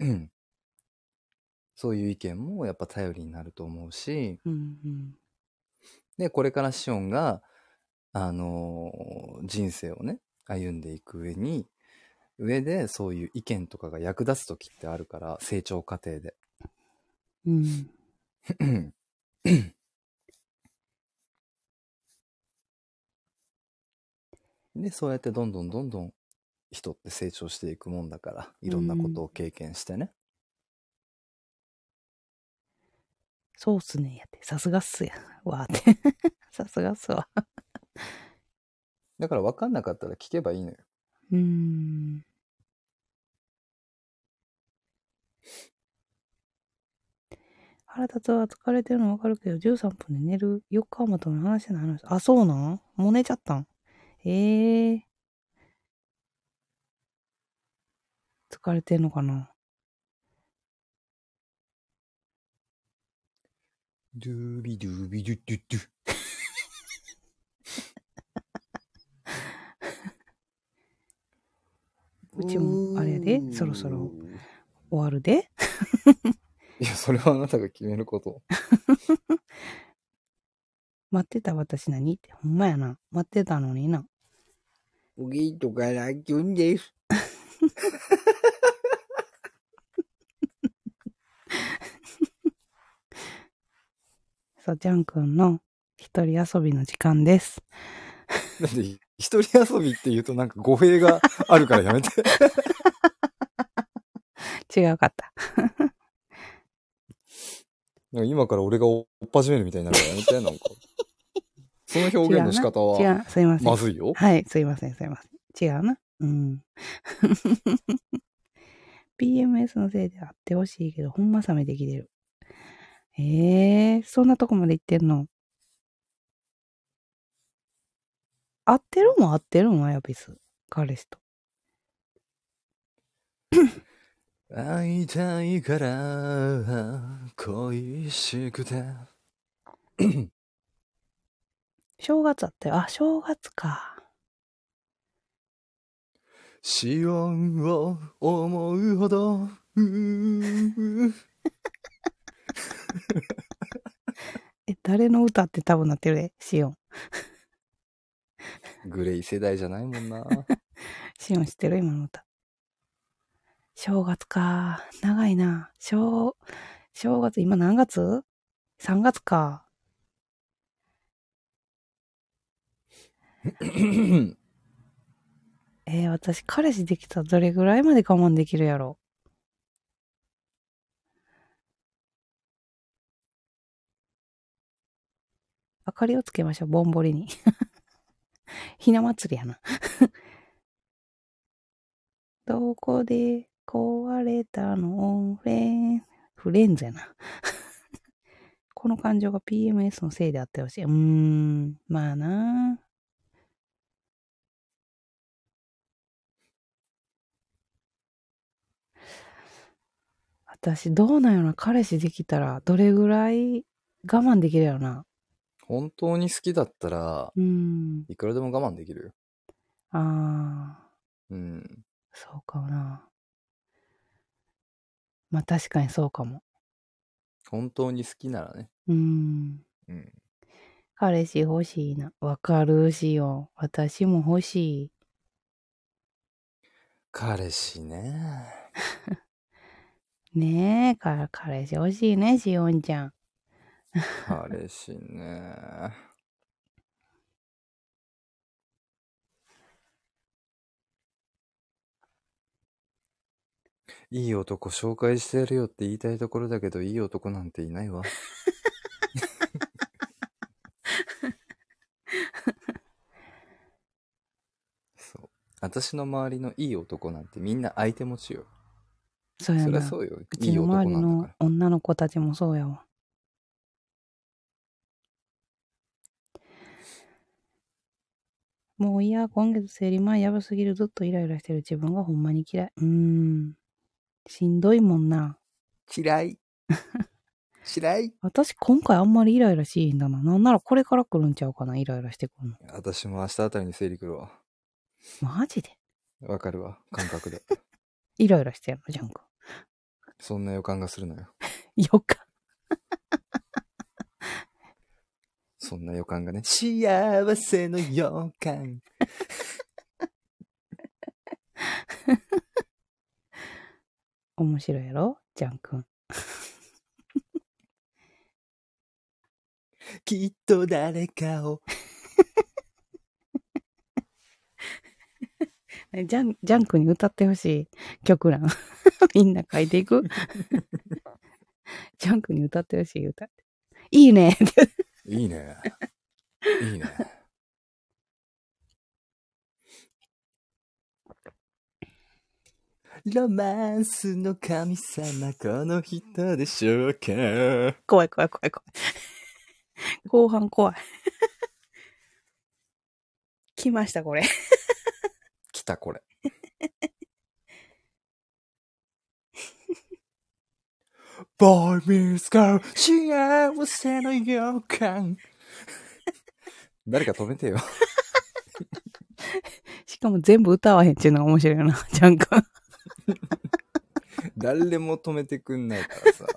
そういう意見もやっぱ頼りになると思うし、 うん。 で、これからシオンが、人生をね、歩んでいく上でそういう意見とかが役立つ時ってあるから、成長過程で。 うん。 で、そうやってどんどんどんどん人って成長していくもんだから、いろんなこうん。 とを経験してね。 そうっすね、やって。さすがっすや。わーって。さすがっすわ。 だから分かんなかったら聞けばいいのよ。 うーん。腹立つは疲れてるのわかるけど、13分で寝る横浜との話の話。あ、そうなん、もう寝ちゃったん。ええー、疲れてんのかな。 ドゥービドゥービドゥドゥドゥ。 うちも、あれやで、そろそろ終わるで。 いや、それはあなたが決めること。 待ってた私何って。ほんまやな。待ってたのにな。 おぎとからきゅんです。 さあ、ジャン君の一人遊びの時間です。 だって、一人遊びって言うとなんか語弊があるからやめて。 違うかった。 なんか今から俺が追っ始めるみたいになるからやめて、なんか。その表現の仕方は、 違う、すいません。 まずいよ。 はい、すいません、すいません。違うな。うん。PMS のせいであってほしいけど、ほんま冷めてきてる。そんなとこまで行ってんの。合ってるもん合ってるもん、アヤビス。彼氏と。 会いたいから、恋しくて。 正月あったよ。あ、正月か。 シオンを思うほど、 誰の歌って多分なってるで、シオン。 グレイ世代じゃないもんな。 シオン知ってる今の歌。正月か。長いな。正月、今何月？ 3 月か。私、彼氏できたらどれぐらいまで我慢できるやろ。明かりをつけましょう、ぼんぼりに。ひな祭りやな。どこで壊れたの？ フレンズやな。この感情が PMS のせいであってほしい。まあな。私、どうなんやろな。彼氏できたら、どれぐらい我慢できるやろな。 本当に好きだったら、いくらでも我慢できるよ。 ああ、 うん。 そうかもな。まあ確かにそうかも。 本当に好きならね。 うん。 うん。 彼氏欲しいな。わかるしよ。私も欲しい。 彼氏ね。 ねえ、彼氏欲しいね、しおんちゃん。 彼氏ね。いい男紹介してやるよって言いたいところだけど、いい男なんていないわ。そう。私の周りのいい男なんてみんな相手持ちよ。 そうやな。 そりゃそうよ。 うちの周いい男りのなんだから。 女の子たちもそうやわ。もういや、今月生理前やばすぎる。ずっとイライラしてる自分がほんまに嫌い。しんどいもんな。 嫌い。嫌い。 私今回あんまりイライラしいんだな。なんならこれから来るんちゃうかな、イライラしてくるの。 私も明日あたりに生理来るわ。 マジでわかるわ。感覚で。 イライラしてんの、ジャンク。 そんな予感がするのよ。 よか。 そんな予感がね。幸せの予感。 面白いやろジャン君。 きっと誰かを。 ジャン君に歌ってほしい曲欄。みんな書いていく。ジャン君に歌ってほしい歌。いいね。 いいね。いいね。ロマンスの神様、この人でしょうか。 怖い怖い怖い怖い。後半怖い。来ました、これ。 来た、これ。ボーイミーズガール、幸せの予感。誰か止めてよ。 しかも全部歌わへんっていうのが面白いよな、ジャン君。 誰も止めてくんないからさ。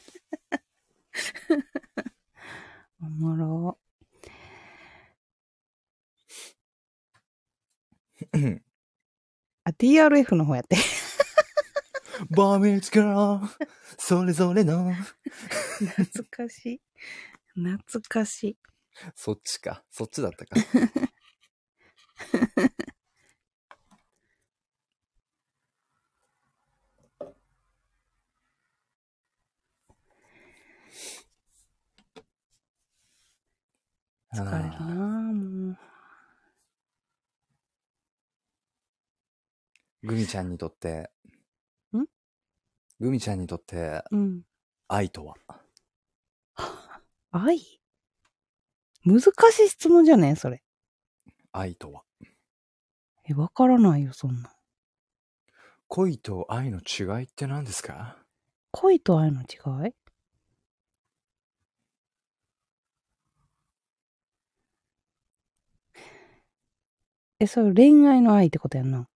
おもろ。TRF の方やって。 ボーイミーズガール、それぞれの。 懐かしい。懐かしい。 そっちか。そっちだったか。 疲れるなぁ、もう。 グミちゃんにとって、グミちゃんにとって、愛とは愛難しい質問じゃねそれ。 愛とはわからないよ、そんな。 恋と愛の違いって何ですか？ 恋と愛の違いそれ恋愛の愛ってことやんな。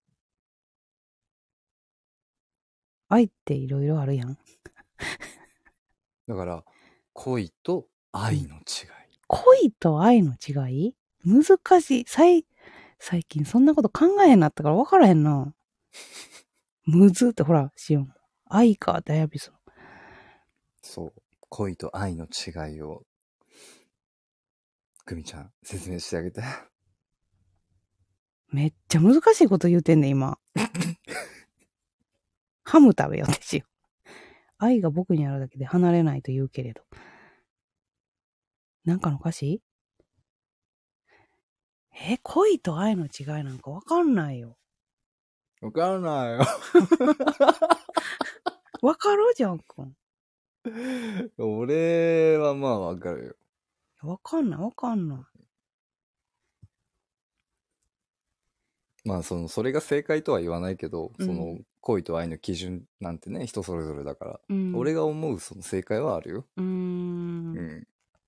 愛っていろいろあるやん。 だから、恋と愛の違い。 恋と愛の違い難しい。最近そんなこと考えへんなったから分からへんな。むずってほら、しよう。愛か、ダイアビス。 そう。恋と愛の違いを、グミちゃん、説明してあげて。 めっちゃ難しいこと言うてんね今。ハム食べようってしよう。愛が僕にあるだけで離れないと言うけれど。なんかの歌詞恋と愛の違いなんかわかんないよ。 わかんないよ。 わかるじゃんくん。 俺はまあわかるよ。 わかんない、わかんない。 まあそれが正解とは言わないけど、 うんその恋と愛の基準なんてね、人それぞれだから、 うん。 俺が思うその正解はあるよ。 うーん。 うん。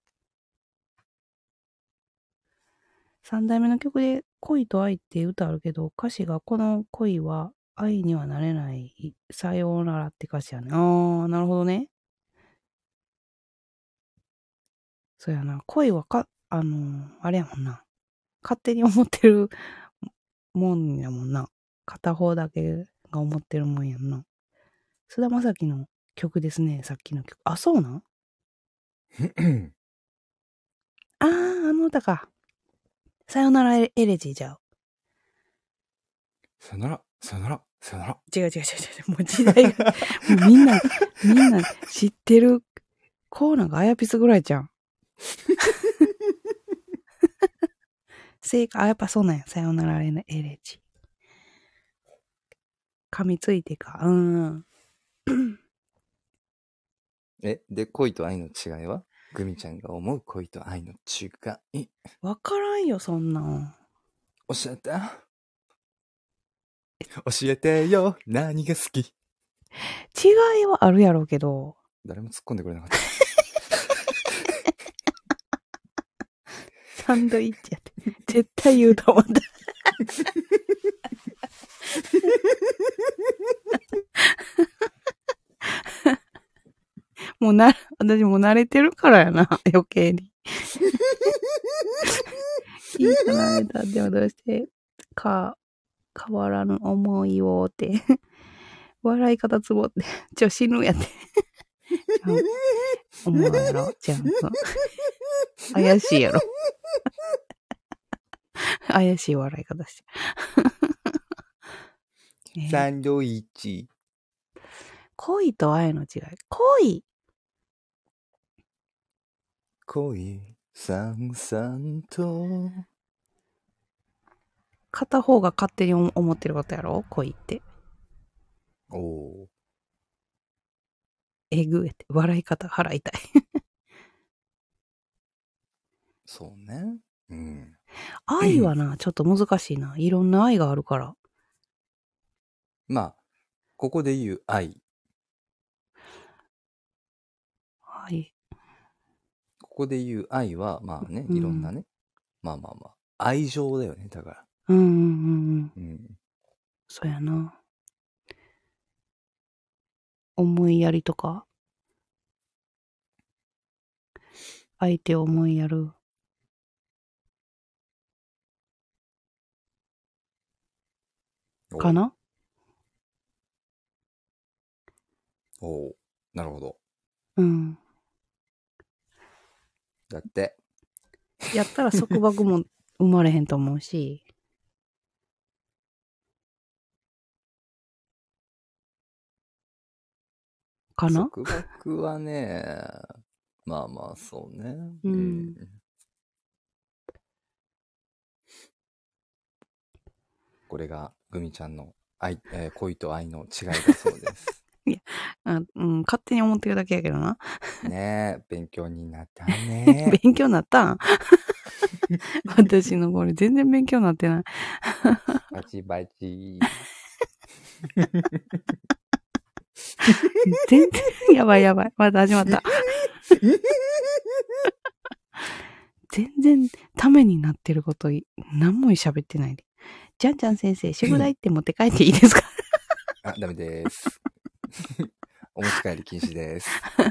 三代目の曲で恋と愛って歌あるけど、歌詞がこの恋は愛にはなれない、さようならって歌詞やね。あー、なるほどね。そうやな。恋はあれやもんな。勝手に思ってるもんやもんな。片方だけが思ってるもんやんな。菅田将暉の曲ですね、さっきの曲。あ、そうなん？あー、あの歌か。さよならエレジーじゃう。 さよなら、さよなら、さよなら。 違う違う違う違う。もう時代が、もうみんな知ってるコーナーがあやぴすぐらいじゃん。正解、あ、やっぱそうなんや。さよならエレジ。噛みついてか。 で、恋と愛の違いはグミちゃんが思う恋と愛の違い。 わからんよ、そんなん。 教えて。教えてよ、何が好き？ 違いはあるやろうけど。 誰も突っ込んでくれなかった。 サンドイッチやって。絶対言うと思った。私もう慣れてるからやな、余計に。いいかなれたってどうして、変わらぬ思いをって。笑い方つぼって。死ぬやって。思うやろちゃんと。怪しいやろ。怪しい笑い方して。 サンドイッチ。 恋と愛の違い。 恋、さんさんと。 片方が勝手に思ってることやろ恋って。 おお。 えぐえって。笑い方払いたい。 そうね。うん。 愛はな、ちょっと難しいな。いろんな愛があるから。 まあ、ここで言う愛。 愛。 ここで言う愛は、まあね、 うんいろんなね。まあまあまあ。愛情だよね、だから。 うんうんうん。 うん。 そうやな。思いやりとか。相手を思いやる。かな？ おお。なるほど。 うん。 だって。 やったら束縛も生まれへんと思うし。かな？ 束縛はね、まあまあそうね。 うん。 これがグミちゃんの恋と愛の違いだそうです。 いや、勝手に思ってるだけやけどな。 ねえ、勉強になったね。 勉強になったん？私のこれ全然勉強になってない。 バチバチ。 全然、やばいやばい。また始まった。全然ためになってること何も喋ってないで。じゃんじゃん先生、宿題って持って帰っていいですか？ あ、ダメです。お持ち帰り禁止です。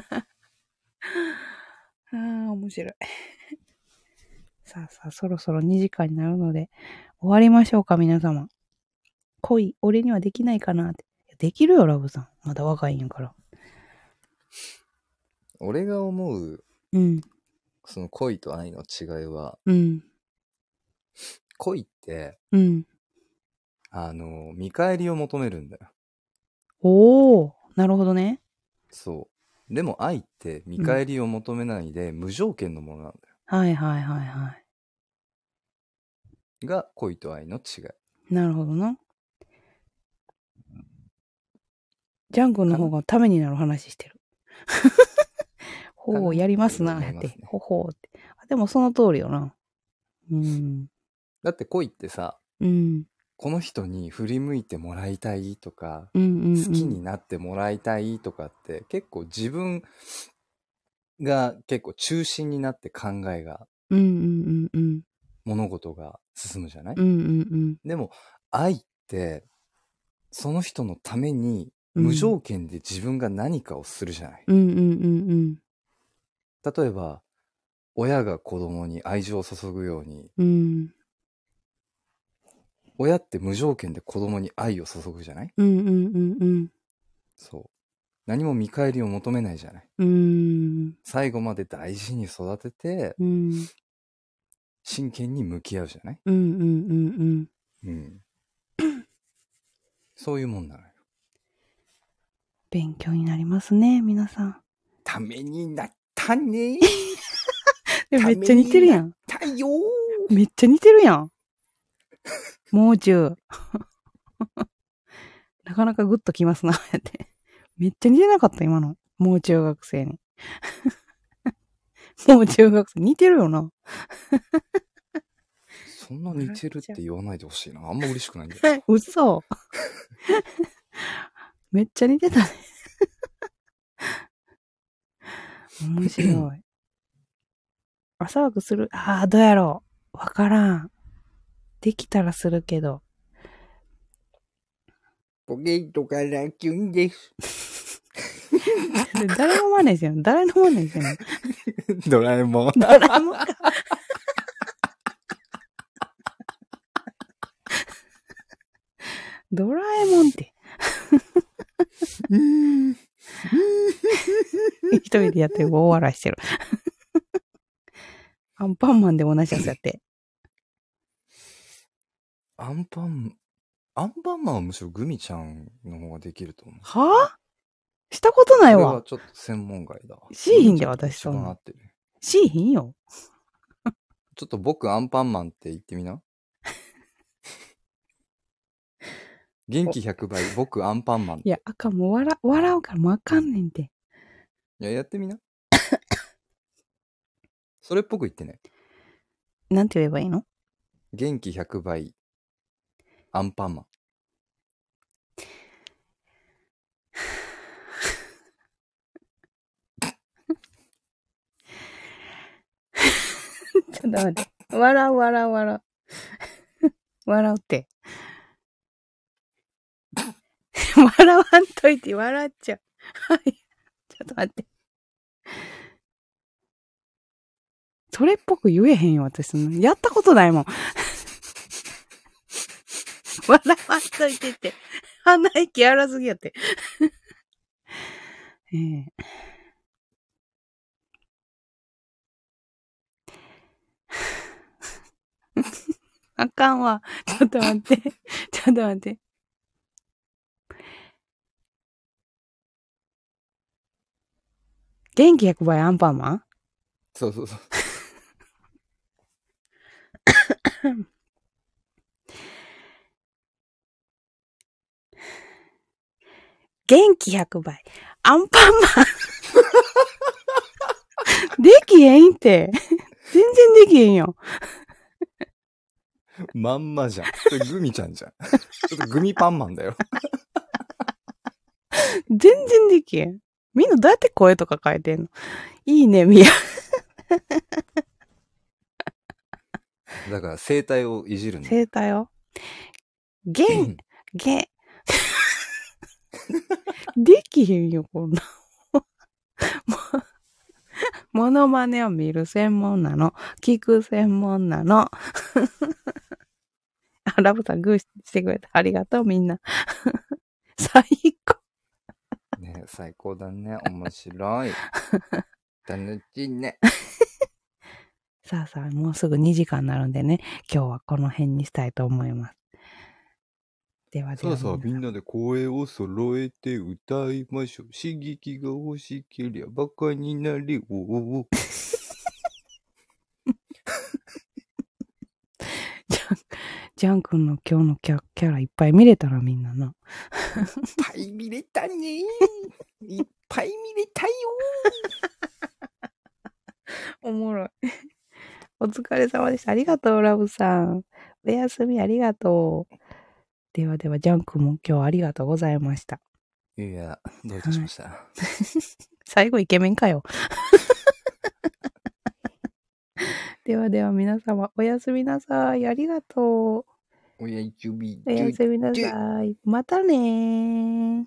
面白い。さあ、そろそろ2時間になるので、終わりましょうか、皆様。恋、俺にはできないかなって。できるよ、ラブさん。まだ若いんやから。 俺が思う、 うん。 その恋と愛の違いは、 うん。 恋って、 うん。 見返りを求めるんだよ。 おー、なるほどね。 そう。でも愛って見返りを求めないで無条件のものなんだよ。 はいはいはいはい。 が恋と愛の違い。 なるほどな。ジャン君の方がためになる話してる。 ほう、やりますな、やって。ほほうって。でもその通りよな。 だって恋ってさ、 うん。 この人に振り向いてもらいたいとか、 うんうんうん、 好きになってもらいたいとかって結構自分が結構中心になって考えが、 うんうんうんうん、 物事が進むじゃない、 うんうんうん、 でも愛ってその人のために無条件で自分が何かをするじゃない、 うんうんうんうん、 例えば親が子供に愛情を注ぐように、 うん、 親って無条件で子供に愛を注ぐじゃない、 うんうんうんうん、 そう何も見返りを求めないじゃない、 うん、 最後まで大事に育てて、 うん、 真剣に向き合うじゃない、 うんうんうんうん、 うん、そういうもんなのよ。 勉強になりますね、皆さん。 ためになったねめっちゃ似てるやん。 たよめっちゃ似てるやん。もう中。なかなかグッときますな、って。めっちゃ似てなかった、今の。もう中学生に。もう中学生。似てるよな。 そんな似てるって言わないでほしいな。あんま嬉しくないんだよ。 嘘。めっちゃ似てたね。面白い。朝枠する。ああ、どうやろう。わからん。できたらするけど。 ポケットからキュンです。 誰の真似してんの？誰の真似してんの？ ドラえもん。 ドラえもんか。ドラえもんって。一人でやって大笑いしてる。アンパンマンで同じやつやって。 アンパンマンはむしろグミちゃんの方ができると思う。 はぁ？したことないわ。 これはちょっと専門外だわ。 しーひんで私一番合ってる。 しーひんよ。 ちょっと僕アンパンマンって言ってみな。元気100倍、僕アンパンマンって。 いや、あかん、もう笑うからもうあかんねんて。 いや、やってみな。それっぽく言ってね。 なんて言えばいいの？ 元気100倍、アンパンマン。 ちょっと待って。笑う。笑うって。笑わんといて笑っちゃう。はい。ちょっと待って。それっぽく言えへんよ、私。やったことないもん。笑わんといてって。鼻息荒すぎやって。あかんわ。ちょっと待って。ちょっと待って。元気100倍アンパンマン？ そうそうそう。 元気100倍アンパンマン。できへんって。全然できへんよ。 まんまじゃん。それグミちゃんじゃん。ちょっとグミパンマンだよ。 全然できへん。みんなどうやって声とか変えてんの？いいね、みや。 だから声帯をいじるんだ。 声帯をできへんよ、こんな。モノマネを見る専門なの。聞く専門なの。あ、ラブさんグーしてくれてありがとう、みんな。最高。 ね、最高だね。面白い。楽しいね。 さあ、もうすぐ2時間になるんでね、今日はこの辺にしたいと思います。ではでは。 さあ、みんなで声を揃えて歌いましょう。刺激が欲しけりゃバカになれよ。 ジャン君の今日のキャラいっぱい見れたらみんなな。 いっぱい見れたね。いっぱい見れたよ。 おもろい。お疲れ様でした。ありがとう、ラブさん。おやすみありがとう。ではでは、ジャンクも今日はありがとうございました。 いや、どういたしました。 最後イケメンかよ。ではでは皆様、おやすみなさい。ありがとう。 おやすみ。 おやすみなさい。またねー。